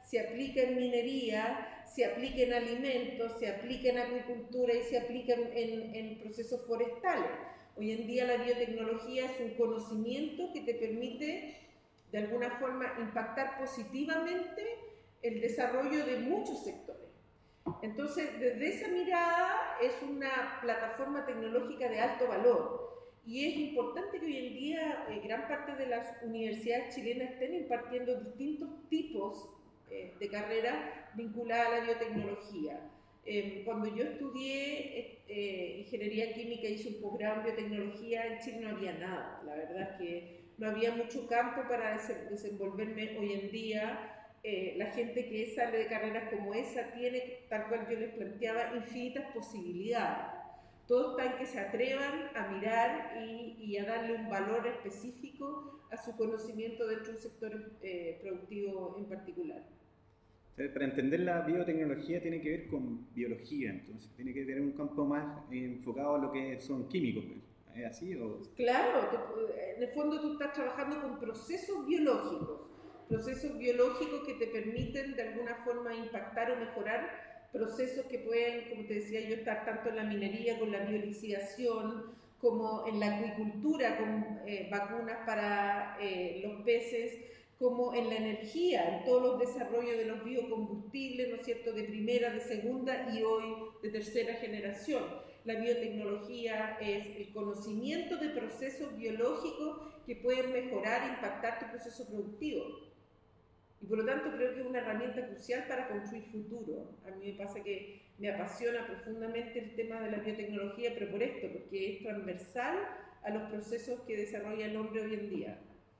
se aplica en minería, se aplica en alimentos, se aplica en agricultura y se aplica en, en procesos forestales. Hoy en día la biotecnología es un conocimiento que te permite de alguna forma impactar positivamente el desarrollo de muchos sectores. Entonces, desde esa mirada es una plataforma tecnológica de alto valor. Y es importante que hoy en día eh, gran parte de las universidades chilenas estén impartiendo distintos tipos eh, de carreras vinculadas a la biotecnología. Eh, cuando yo estudié eh, eh, ingeniería química, hice un posgrado en biotecnología, en Chile no había nada. La verdad es que no había mucho campo para des- desenvolverme hoy en día. Eh, la gente que sale de carreras como esa tiene, tal cual yo les planteaba, infinitas posibilidades. Todo está en que se atrevan a mirar y, y a darle un valor específico a su conocimiento dentro de un sector eh, productivo en particular. Para entender la biotecnología tiene que ver con biología, entonces tiene que tener un campo más enfocado a lo que son químicos. ¿Es así? O... Claro, tú, en el fondo tú estás trabajando con procesos biológicos, procesos biológicos que te permiten de alguna forma impactar o mejorar procesos que pueden, como te decía yo, estar tanto en la minería con la biolicidación, como en la acuicultura con eh, vacunas para eh, los peces, como en la energía, en todos los desarrollos de los biocombustibles, ¿no es cierto?, de primera, de segunda y hoy de tercera generación. La biotecnología es el conocimiento de procesos biológicos que pueden mejorar e impactar tu proceso productivo. Y por lo tanto creo que es una herramienta crucial para construir futuro. A mí me pasa que me apasiona profundamente el tema de la biotecnología, pero por esto, porque es transversal a los procesos que desarrolla el hombre hoy en día.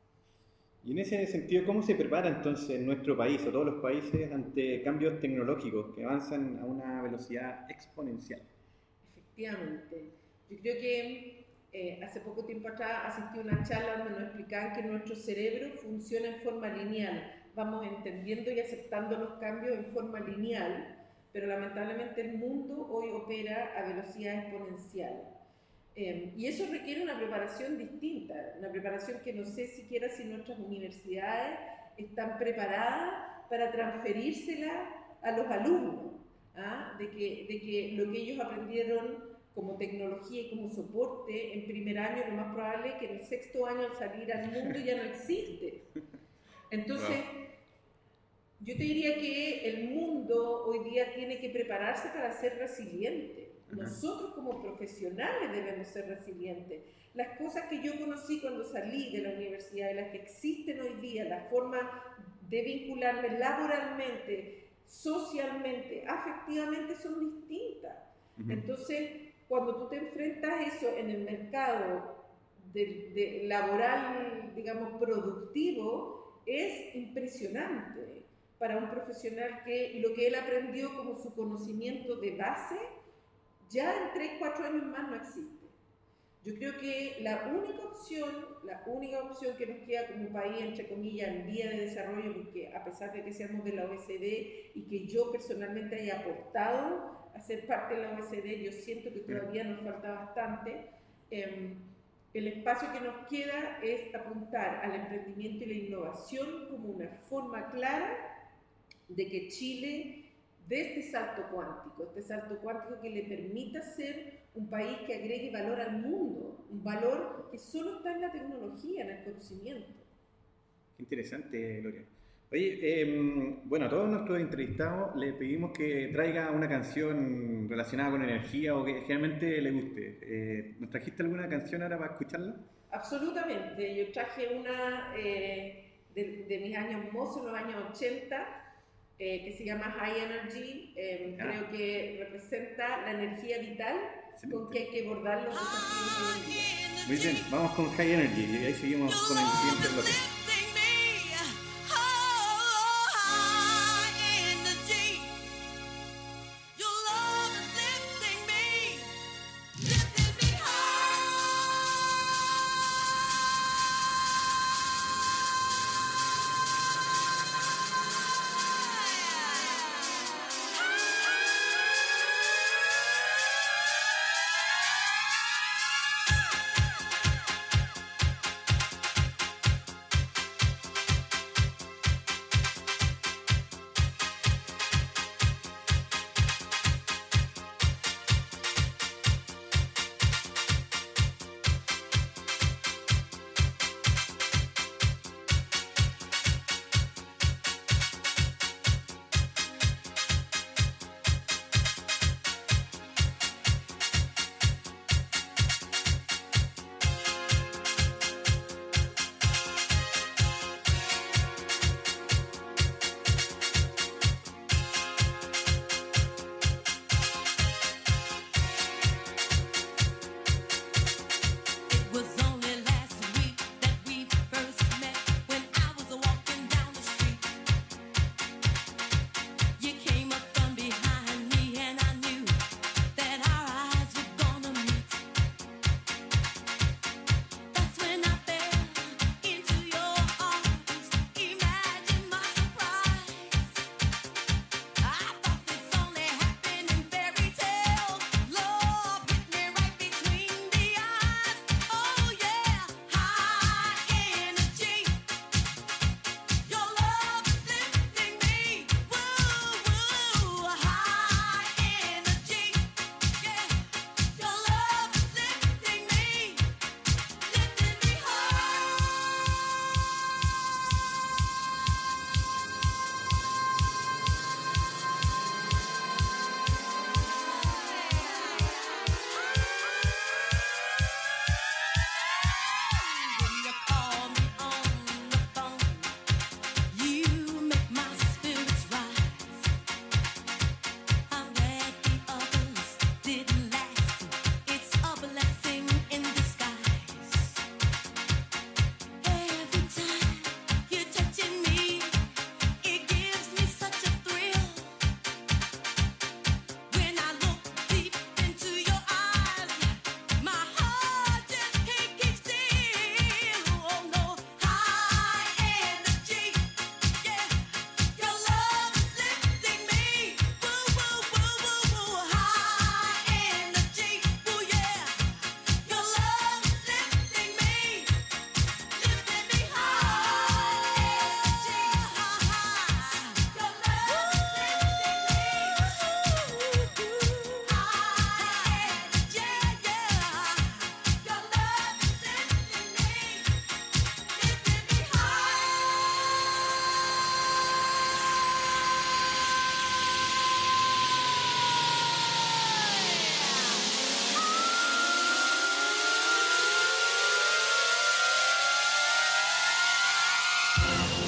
Y en ese sentido, ¿cómo se prepara entonces nuestro país o todos los países ante cambios tecnológicos que avanzan a una velocidad exponencial? Efectivamente. Yo creo que eh, hace poco tiempo atrás asistí a una charla donde nos explicaban que nuestro cerebro funciona en forma lineal. Vamos entendiendo y aceptando los cambios en forma lineal, pero lamentablemente el mundo hoy opera a velocidad exponencial. Eh, y eso requiere una preparación distinta, una preparación que no sé siquiera si nuestras universidades están preparadas para transferírsela a los alumnos, ¿ah? de, que, de que lo que ellos aprendieron como tecnología y como soporte en primer año, lo más probable es que en el sexto año al salir al mundo ya no existe. Entonces, yo te diría que el mundo hoy día tiene que prepararse para ser resiliente. Nosotros como profesionales debemos ser resilientes. Las cosas que yo conocí cuando salí de la universidad y las que existen hoy día, la forma de vincularme laboralmente, socialmente, afectivamente, son distintas. Uh-huh. Entonces, cuando tú te enfrentas a eso en el mercado de, de laboral, digamos, productivo, es impresionante para un profesional que lo que él aprendió como su conocimiento de base, ya en tres, cuatro años más no existe. Yo creo que la única opción, la única opción que nos queda como país, entre comillas, en vía de desarrollo, porque a pesar de que seamos de la O E C D y que yo personalmente haya aportado a ser parte de la O E C D, yo siento que todavía nos falta bastante. Eh, el espacio que nos queda es apuntar al emprendimiento y la innovación como una forma clara de que Chile de este salto cuántico, este salto cuántico que le permita ser un país que agregue valor al mundo, un valor que solo está en la tecnología, en el conocimiento. Qué interesante, Gloria. Oye, eh, bueno, a todos nuestros entrevistados le pedimos que traiga una canción relacionada con energía o que generalmente le guste. Eh, ¿Nos trajiste alguna canción ahora para escucharla? Absolutamente, yo traje una eh, de, de mis años mozos, los años ochenta, Eh, que se llama High Energy, eh, ah. creo que representa la energía vital. Excelente. Con que hay que abordar los desafíos de día. Muy bien, vamos con High Energy y ahí seguimos con el siguiente bloque.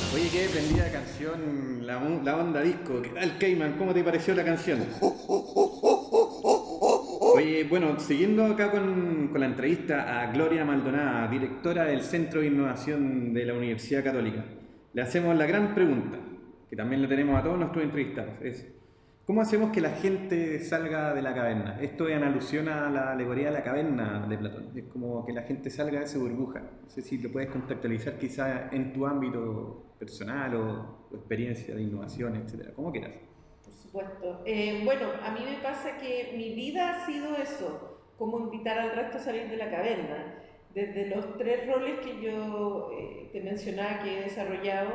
Oye, qué prendida canción, la, la onda disco. ¿Qué tal, Cayman? ¿Cómo te pareció la canción? Oye, bueno, siguiendo acá con, con la entrevista a Gloria Maldonada, directora del Centro de Innovación de la Universidad Católica, le hacemos la gran pregunta, que también le tenemos a todos nuestros entrevistados, es ¿cómo hacemos que la gente salga de la caverna? Esto es en alusión a la alegoría de la caverna de Platón, es como que la gente salga de esa burbuja. No sé si lo puedes contextualizar quizás en tu ámbito personal o, o experiencia de innovación, etcétera, como quieras. Por supuesto. Eh, bueno, a mí me pasa que mi vida ha sido eso, como invitar al resto a salir de la caverna. Desde los tres roles que yo eh, te mencionaba que he desarrollado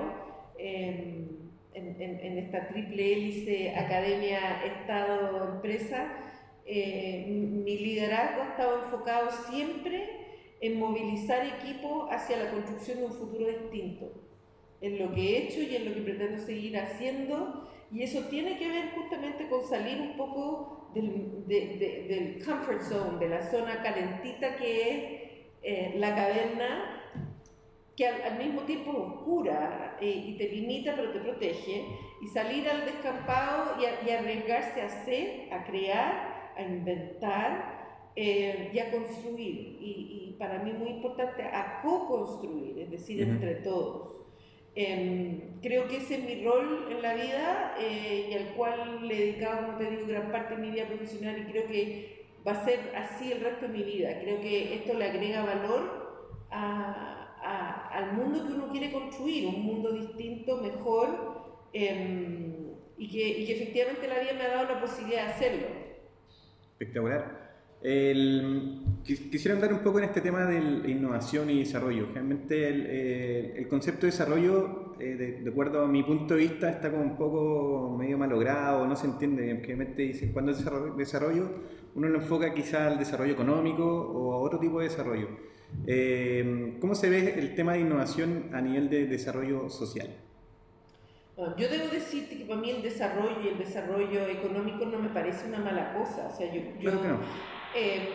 eh, en, en, en esta triple hélice academia, Estado, empresa, eh, mi liderazgo ha estado enfocado siempre en movilizar equipos hacia la construcción de un futuro distinto, en lo que he hecho y en lo que pretendo seguir haciendo. Y eso tiene que ver justamente con salir un poco del, de, de, del comfort zone, de la zona calentita que es eh, la caverna, que al, al mismo tiempo es oscura eh, y te limita pero te protege, y salir al descampado y, a, y arriesgarse a hacer, a crear, a inventar eh, y a construir. Y, y para mí muy importante, a co-construir, es decir, uh-huh. entre todos. Eh, creo que ese es mi rol en la vida eh, y al cual le he dedicado, como te digo, gran parte de mi vida profesional, y creo que va a ser así el resto de mi vida. Creo que esto le agrega valor a, a, al mundo que uno quiere construir, un mundo distinto, mejor, eh, y, que, y que efectivamente la vida me ha dado la posibilidad de hacerlo. Espectacular. El, quisiera andar un poco en este tema de innovación y desarrollo. Realmente el, el, el concepto de desarrollo, eh, de, de acuerdo a mi punto de vista, está como un poco medio malogrado, no se entiende bien. Realmente dicen, cuando es desarrollo, desarrollo, uno lo enfoca quizá al desarrollo económico o a otro tipo de desarrollo. Eh, ¿Cómo se ve el tema de innovación a nivel de desarrollo social? Bueno, yo debo decirte que para mí el desarrollo y el desarrollo económico no me parece una mala cosa. O sea, yo, yo claro que no. eh,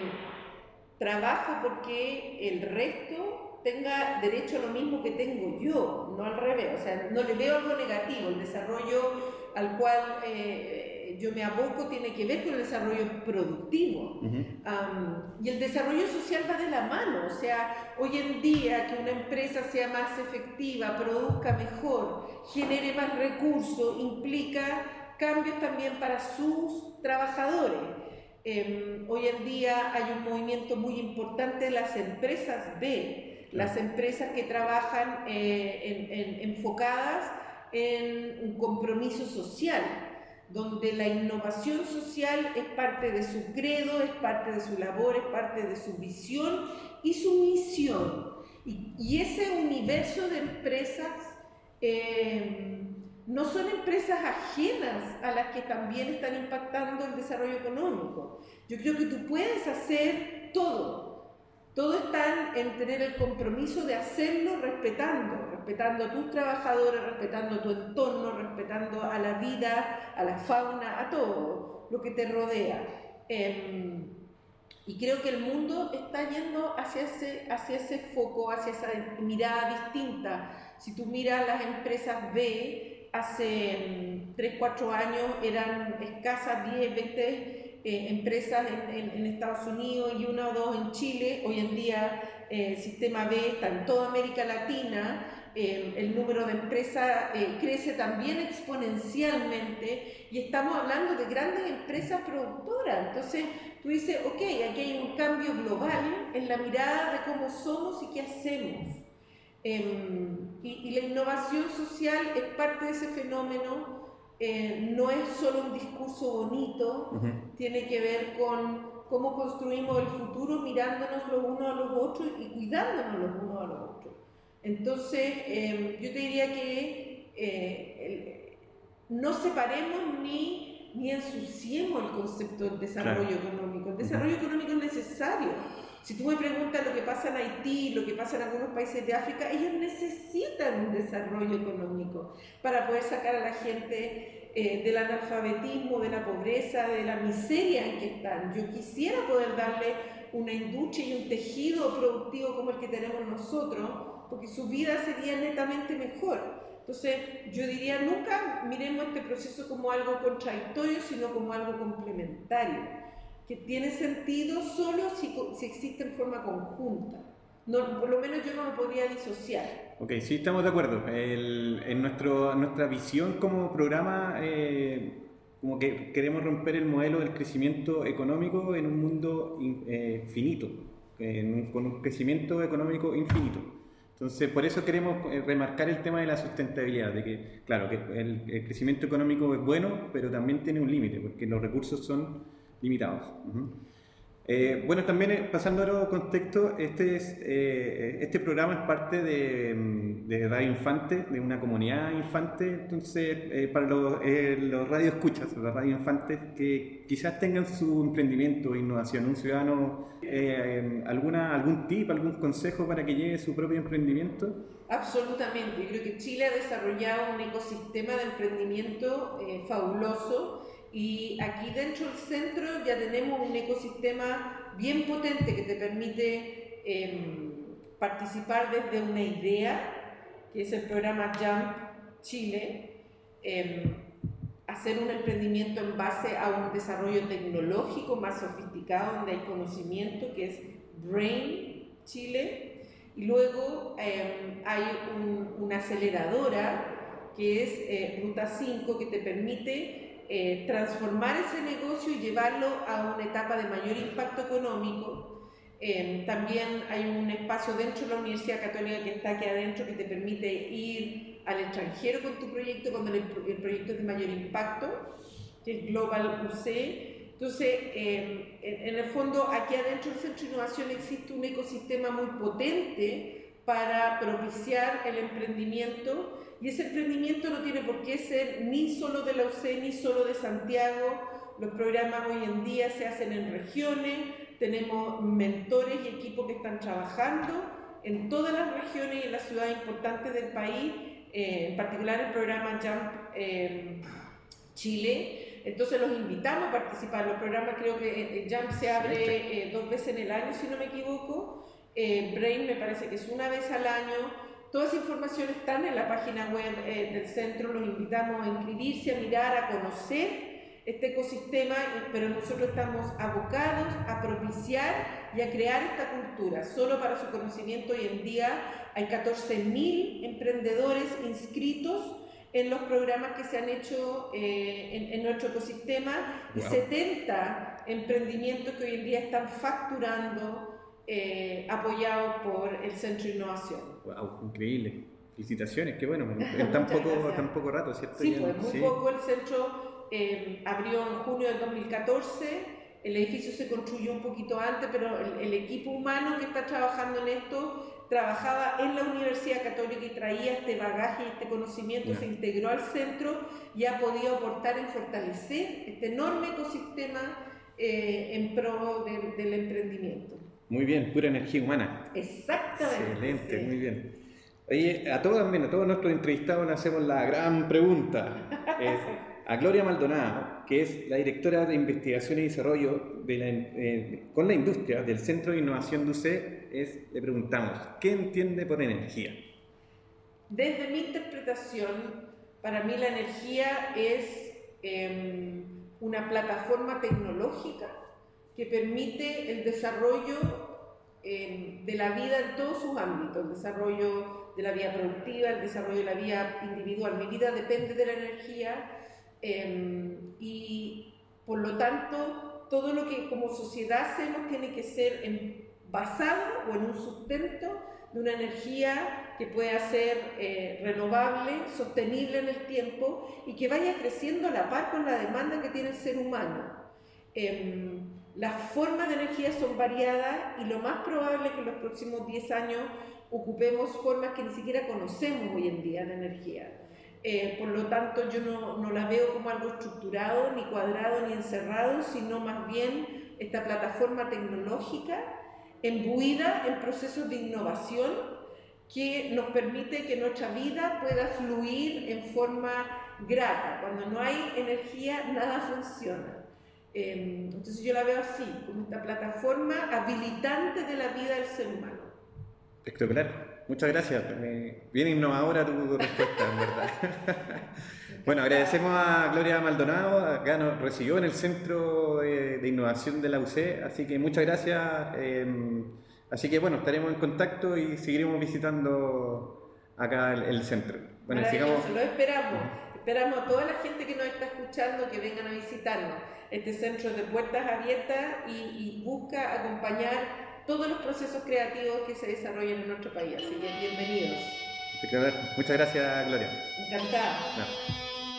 trabajo porque el resto tenga derecho a lo mismo que tengo yo, no al revés. O sea, no le veo algo negativo. El desarrollo al cual eh, yo me aboco tiene que ver con el desarrollo productivo. Uh-huh. Um, y el desarrollo social va de la mano. O sea, hoy en día que una empresa sea más efectiva, produzca mejor, genere más recursos, implica cambios también para sus trabajadores. Eh, hoy en día hay un movimiento muy importante de las empresas B, las empresas que trabajan eh, en, en, enfocadas en un compromiso social, donde la innovación social es parte de su credo, es parte de su labor, es parte de su visión y su misión. Y, y ese universo de empresas eh, no son empresas ajenas a las que también están impactando el desarrollo económico. Yo creo que tú puedes hacer todo. Todo está en tener el compromiso de hacerlo respetando, respetando a tus trabajadores, respetando a tu entorno, respetando a la vida, a la fauna, a todo lo que te rodea. Eh, y creo que el mundo está yendo hacia ese, hacia ese foco, hacia esa mirada distinta. Si tú miras las empresas B, hace tres, cuatro años eran escasas diez, veinte Eh, empresas en, en, en Estados Unidos y una o dos en Chile. Hoy en día eh, el sistema B está en toda América Latina, eh, el número de empresas eh, crece también exponencialmente y estamos hablando de grandes empresas productoras. Entonces tú dices, ok, aquí hay un cambio global en la mirada de cómo somos y qué hacemos. Eh, y, y la innovación social es parte de ese fenómeno. Eh, no es solo un discurso bonito, uh-huh. tiene que ver con cómo construimos el futuro mirándonos los unos a los otros y cuidándonos los unos a los otros. Entonces, eh, yo te diría que eh, el, no separemos ni, ni ensuciemos el concepto del desarrollo claro. económico. El desarrollo uh-huh. económico es necesario. Si tú me preguntas lo que pasa en Haití, lo que pasa en algunos países de África, ellos necesitan un desarrollo económico para poder sacar a la gente eh, del analfabetismo, de la pobreza, de la miseria en que están. Yo quisiera poder darle una industria y un tejido productivo como el que tenemos nosotros, porque su vida sería netamente mejor. Entonces, yo diría, nunca miremos este proceso como algo contradictorio, sino como algo complementario, que tiene sentido solo si, si existe en forma conjunta. No, por lo menos yo no lo podría disociar. Ok, sí, estamos de acuerdo. El, en nuestro, nuestra visión como programa, eh, como que queremos romper el modelo del crecimiento económico en un mundo in, eh, finito, en un, con un crecimiento económico infinito. Entonces, por eso queremos remarcar el tema de la sustentabilidad, de que, claro, que el, el crecimiento económico es bueno, pero también tiene un límite, porque los recursos son limitados. Uh-huh. Eh, bueno, también eh, pasando a otro contexto, este, es, eh, este programa es parte de, de Radio Infante, de una comunidad infante, entonces eh, para los, eh, los radioescuchas, los radioinfantes que quizás tengan su emprendimiento, innovación, un ciudadano, eh, alguna, algún tip, algún consejo para que lleve su propio emprendimiento. Absolutamente, yo creo que Chile ha desarrollado un ecosistema de emprendimiento eh, fabuloso. Y aquí dentro del centro ya tenemos un ecosistema bien potente que te permite eh, participar desde una idea, que es el programa Jump Chile, eh, hacer un emprendimiento en base a un desarrollo tecnológico más sofisticado, donde hay conocimiento, que es Brain Chile, y luego eh, hay un, una aceleradora, que es eh, Ruta cinco, que te permite Eh, transformar ese negocio y llevarlo a una etapa de mayor impacto económico. Eh, también hay un espacio dentro de la Universidad Católica que está aquí adentro que te permite ir al extranjero con tu proyecto cuando el, el proyecto es de mayor impacto, que es Global U C. Entonces, eh, en, en el fondo, aquí adentro del Centro de Innovación existe un ecosistema muy potente para propiciar el emprendimiento. Y ese emprendimiento no tiene por qué ser ni solo de la U C, ni solo de Santiago. Los programas hoy en día se hacen en regiones, tenemos mentores y equipos que están trabajando en todas las regiones y en las ciudades importantes del país, eh, en particular el programa Jump eh, Chile. Entonces los invitamos a participar. Los programas, creo que eh, Jump se abre eh, dos veces en el año, si no me equivoco. Eh, Brain me parece que es una vez al año. Toda esa información está en la página web eh, del centro, los invitamos a inscribirse, a mirar, a conocer este ecosistema, pero nosotros estamos abocados a propiciar y a crear esta cultura. Solo para su conocimiento, hoy en día hay catorce mil emprendedores inscritos en los programas que se han hecho eh, en, en nuestro ecosistema. Wow. Y setenta emprendimientos que hoy en día están facturando Eh, apoyado por el Centro de Innovación. Wow, increíble. Felicitaciones, qué bueno, en tan poco, tan poco rato, ¿cierto? Sí, pues muy sí. poco. El centro eh, abrió en junio del dos mil catorce, el edificio se construyó un poquito antes, pero el, el equipo humano que está trabajando en esto trabajaba en la Universidad Católica y traía este bagaje y este conocimiento, yeah. Se integró al centro y ha podido aportar en fortalecer este enorme ecosistema eh, en pro de, del emprendimiento. Muy bien, pura energía humana. Exactamente. Excelente, sí. Muy bien. Oye, a todos, a todos nuestros entrevistados le hacemos la gran pregunta. Es a Gloria Maldonado, que es la directora de investigación y desarrollo de la, eh, con la industria del Centro de Innovación de U C, es, le preguntamos, ¿qué entiende por energía? Desde mi interpretación, para mí la energía es eh, una plataforma tecnológica que permite el desarrollo eh, de la vida en todos sus ámbitos, el desarrollo de la vida productiva, el desarrollo de la vida individual. Mi vida depende de la energía eh, y por lo tanto todo lo que como sociedad hacemos tiene que ser en, basado o en un sustento de una energía que pueda ser eh, renovable, sostenible en el tiempo y que vaya creciendo a la par con la demanda que tiene el ser humano. Eh, Las formas de energía son variadas y lo más probable es que en los próximos diez años ocupemos formas que ni siquiera conocemos hoy en día de energía. Eh, por lo tanto, yo no, no la veo como algo estructurado, ni cuadrado, ni encerrado, sino más bien esta plataforma tecnológica embuida en procesos de innovación que nos permite que nuestra vida pueda fluir en forma grata. Cuando no hay energía, nada funciona. Eh, entonces yo la veo así, como esta plataforma habilitante de la vida del ser humano. Espectacular. Muchas gracias. Eh, bien innovadora tu respuesta, en verdad. Bueno, agradecemos a Gloria Maldonado, acá nos recibió en el Centro de, de Innovación de la U C, así que muchas gracias. Eh, así que bueno, estaremos en contacto y seguiremos visitando acá el, el centro. Bueno, sigamos. Lo esperamos. Esperamos a toda la gente que nos está escuchando que vengan a visitarnos. Este centro es de puertas abiertas y, y busca acompañar todos los procesos creativos que se desarrollan en nuestro país. Así que bienvenidos. Muchas gracias, Gloria. Encantada. No.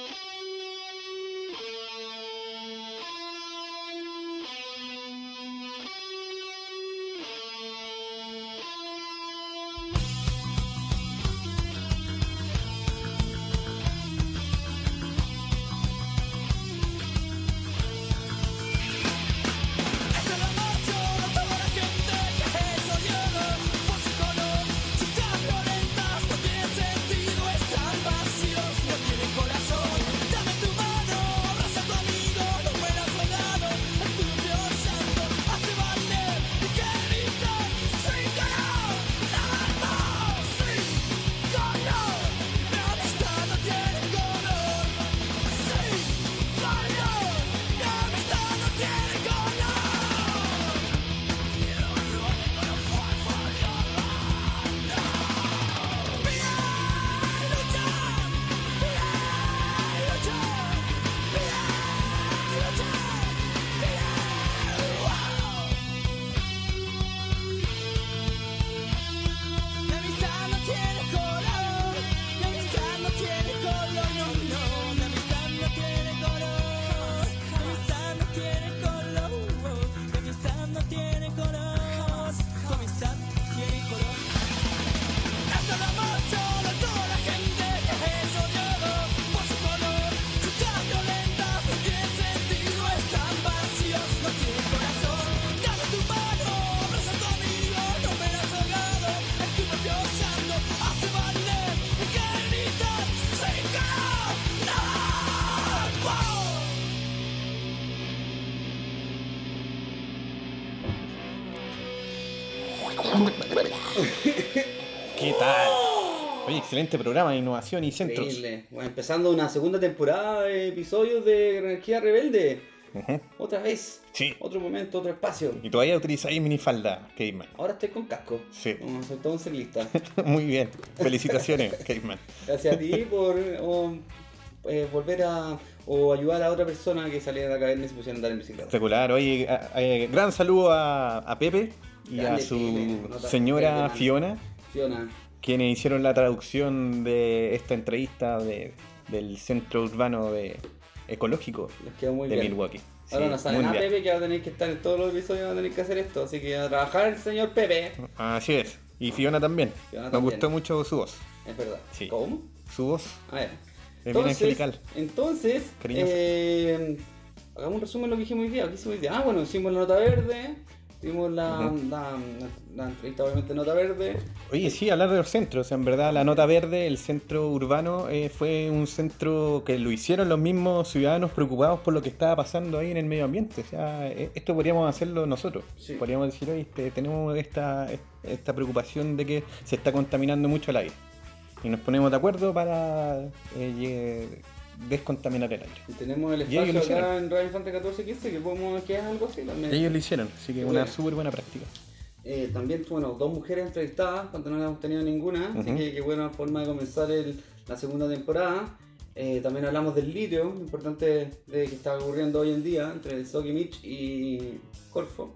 ¿Qué tal? Oye, excelente programa de innovación y centros. Increíble. Bueno, empezando una segunda temporada de episodios de Energía Rebelde. Uh-huh. Otra vez. Sí. Otro momento, otro espacio. Y todavía utilizáis minifalda, Caveman. Ahora estoy con casco. Sí. Como soy todo un ciclista. Muy bien. Felicitaciones, Caveman. Gracias a ti por o, eh, volver a o ayudar a otra persona que saliera de la caverna y se pusiera a andar en bicicleta. Espectacular. Oye, a, a, gran saludo a, a Pepe y Grande a su Pepe, señora Pepe, Fiona. Fiona. Quienes hicieron la traducción de esta entrevista de, del Centro Urbano de, Ecológico Les quedó muy de bien. Milwaukee. Ahora Sí, no saben a mundial. Pepe que va a tener que estar en todos los episodios, va a tener que hacer esto, así que a trabajar el señor Pepe. Así es. Y Fiona también. Fiona Me también. gustó mucho su voz. Es verdad. Sí. ¿Cómo? Su voz A ver. es bien angelical. entonces Cariñosa. eh, hagamos un resumen de lo que dijimos hoy día. ¿Qué hicimos hoy día? Ah, bueno, hicimos la nota verde, tuvimos la, Ujú. la, la entrevista obviamente nota verde. Oye, sí, hablar de los centros. En verdad, la Nota Verde, el centro urbano, eh, fue un centro que lo hicieron los mismos ciudadanos preocupados por lo que estaba pasando ahí en el medio ambiente. O sea, eh, esto podríamos hacerlo nosotros. Sí. Podríamos decir, oye, este, tenemos esta, esta preocupación de que se está contaminando mucho el aire. Y nos ponemos de acuerdo para eh, lle- descontaminar el aire. Y tenemos el Y ellos lo espacio acá hicieron. en Radio Infante catorce quince que podemos que es algo así también. Ellos lo hicieron, así que Qué una bueno. súper buena práctica. Eh, también, bueno, dos mujeres entrevistadas, cuando no habíamos tenido ninguna, así Ujú. que qué buena forma de comenzar el- la segunda temporada. Eh, también hablamos del litio, importante de que está ocurriendo hoy en día entre Sokimich y Corfo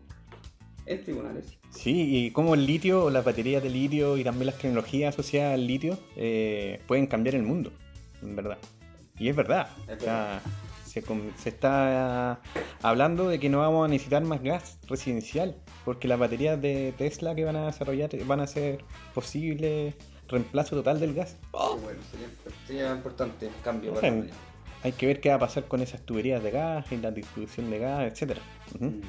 en tribunales. Sí, y cómo el litio, las baterías de litio y también las tecnologías asociadas al litio eh, pueden cambiar el mundo, en verdad. Y es verdad. Es O sea, se, com- se está hablando de que no vamos a necesitar más gas residencial, porque las baterías de Tesla que van a desarrollar van a ser posible reemplazo total del gas. Oh, bueno, sería, sería importante el cambio. O para sea, la mayoría. Hay que ver qué va a pasar con esas tuberías de gas y la distribución de gas, etcétera. Ujú. Mm.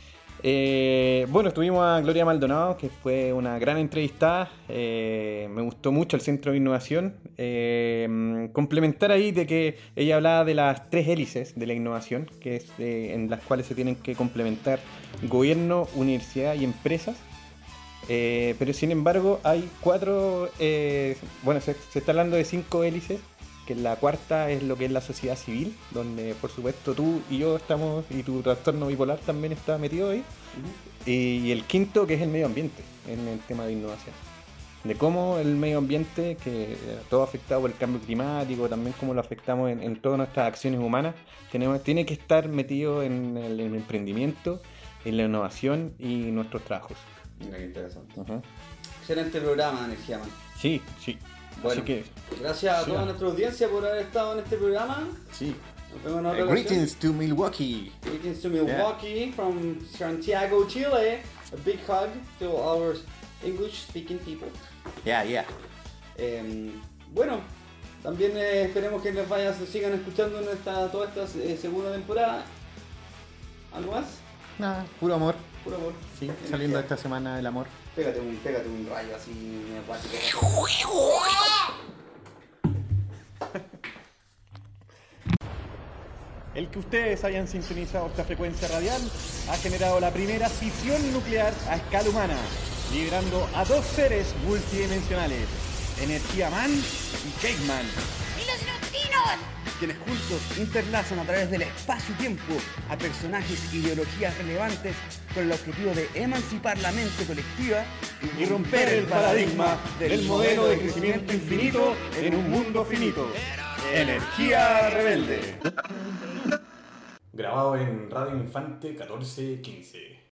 Eh, bueno, estuvimos a Gloria Maldonado, que fue una gran entrevistada. Eh, me gustó mucho el Centro de Innovación. Eh, complementar ahí de que ella hablaba de las tres hélices de la innovación, que es eh, en las cuales se tienen que complementar gobierno, universidad y empresas. Eh, pero sin embargo hay cuatro, eh, bueno, se, se está hablando de cinco hélices, que la cuarta es lo que es la sociedad civil, donde por supuesto tú y yo estamos, y tu trastorno bipolar también está metido ahí. Uh-huh. Y el quinto, que es el medio ambiente, en el tema de innovación. De cómo el medio ambiente, que todo afectado por el cambio climático, también cómo lo afectamos en, en todas nuestras acciones humanas, tenemos, tiene que estar metido en el, en el emprendimiento, en la innovación y nuestros trabajos. Mira qué interesante. Uh-huh. Excelente programa, Energía Man. Sí, sí. Bueno, así que, gracias a sí, toda man. nuestra audiencia por haber estado en este programa. Sí. Nos vemos en otra Uh, greetings to Milwaukee. Greetings to Milwaukee yeah. from Santiago, Chile. A big hug to our English-speaking people. Yeah, yeah. Eh, bueno, también eh, esperemos que les vayan, sigan escuchando en esta, toda esta eh, segunda temporada. ¿Algo más? Nada, puro amor. Puro amor. Sí, saliendo esta semana del amor. Pégate un, pégate un rayo así acuático. El que ustedes hayan sintonizado esta frecuencia radial ha generado la primera fisión nuclear a escala humana, liberando a dos seres multidimensionales, Energía Man y Cake Man. ¡Y los neutrinos! Quienes juntos interlazan a través del espacio-tiempo a personajes e ideologías relevantes con el objetivo de emancipar la mente colectiva y romper el paradigma del modelo de crecimiento infinito en un mundo finito. Energía Rebelde. Grabado en Radio Infante catorce quince.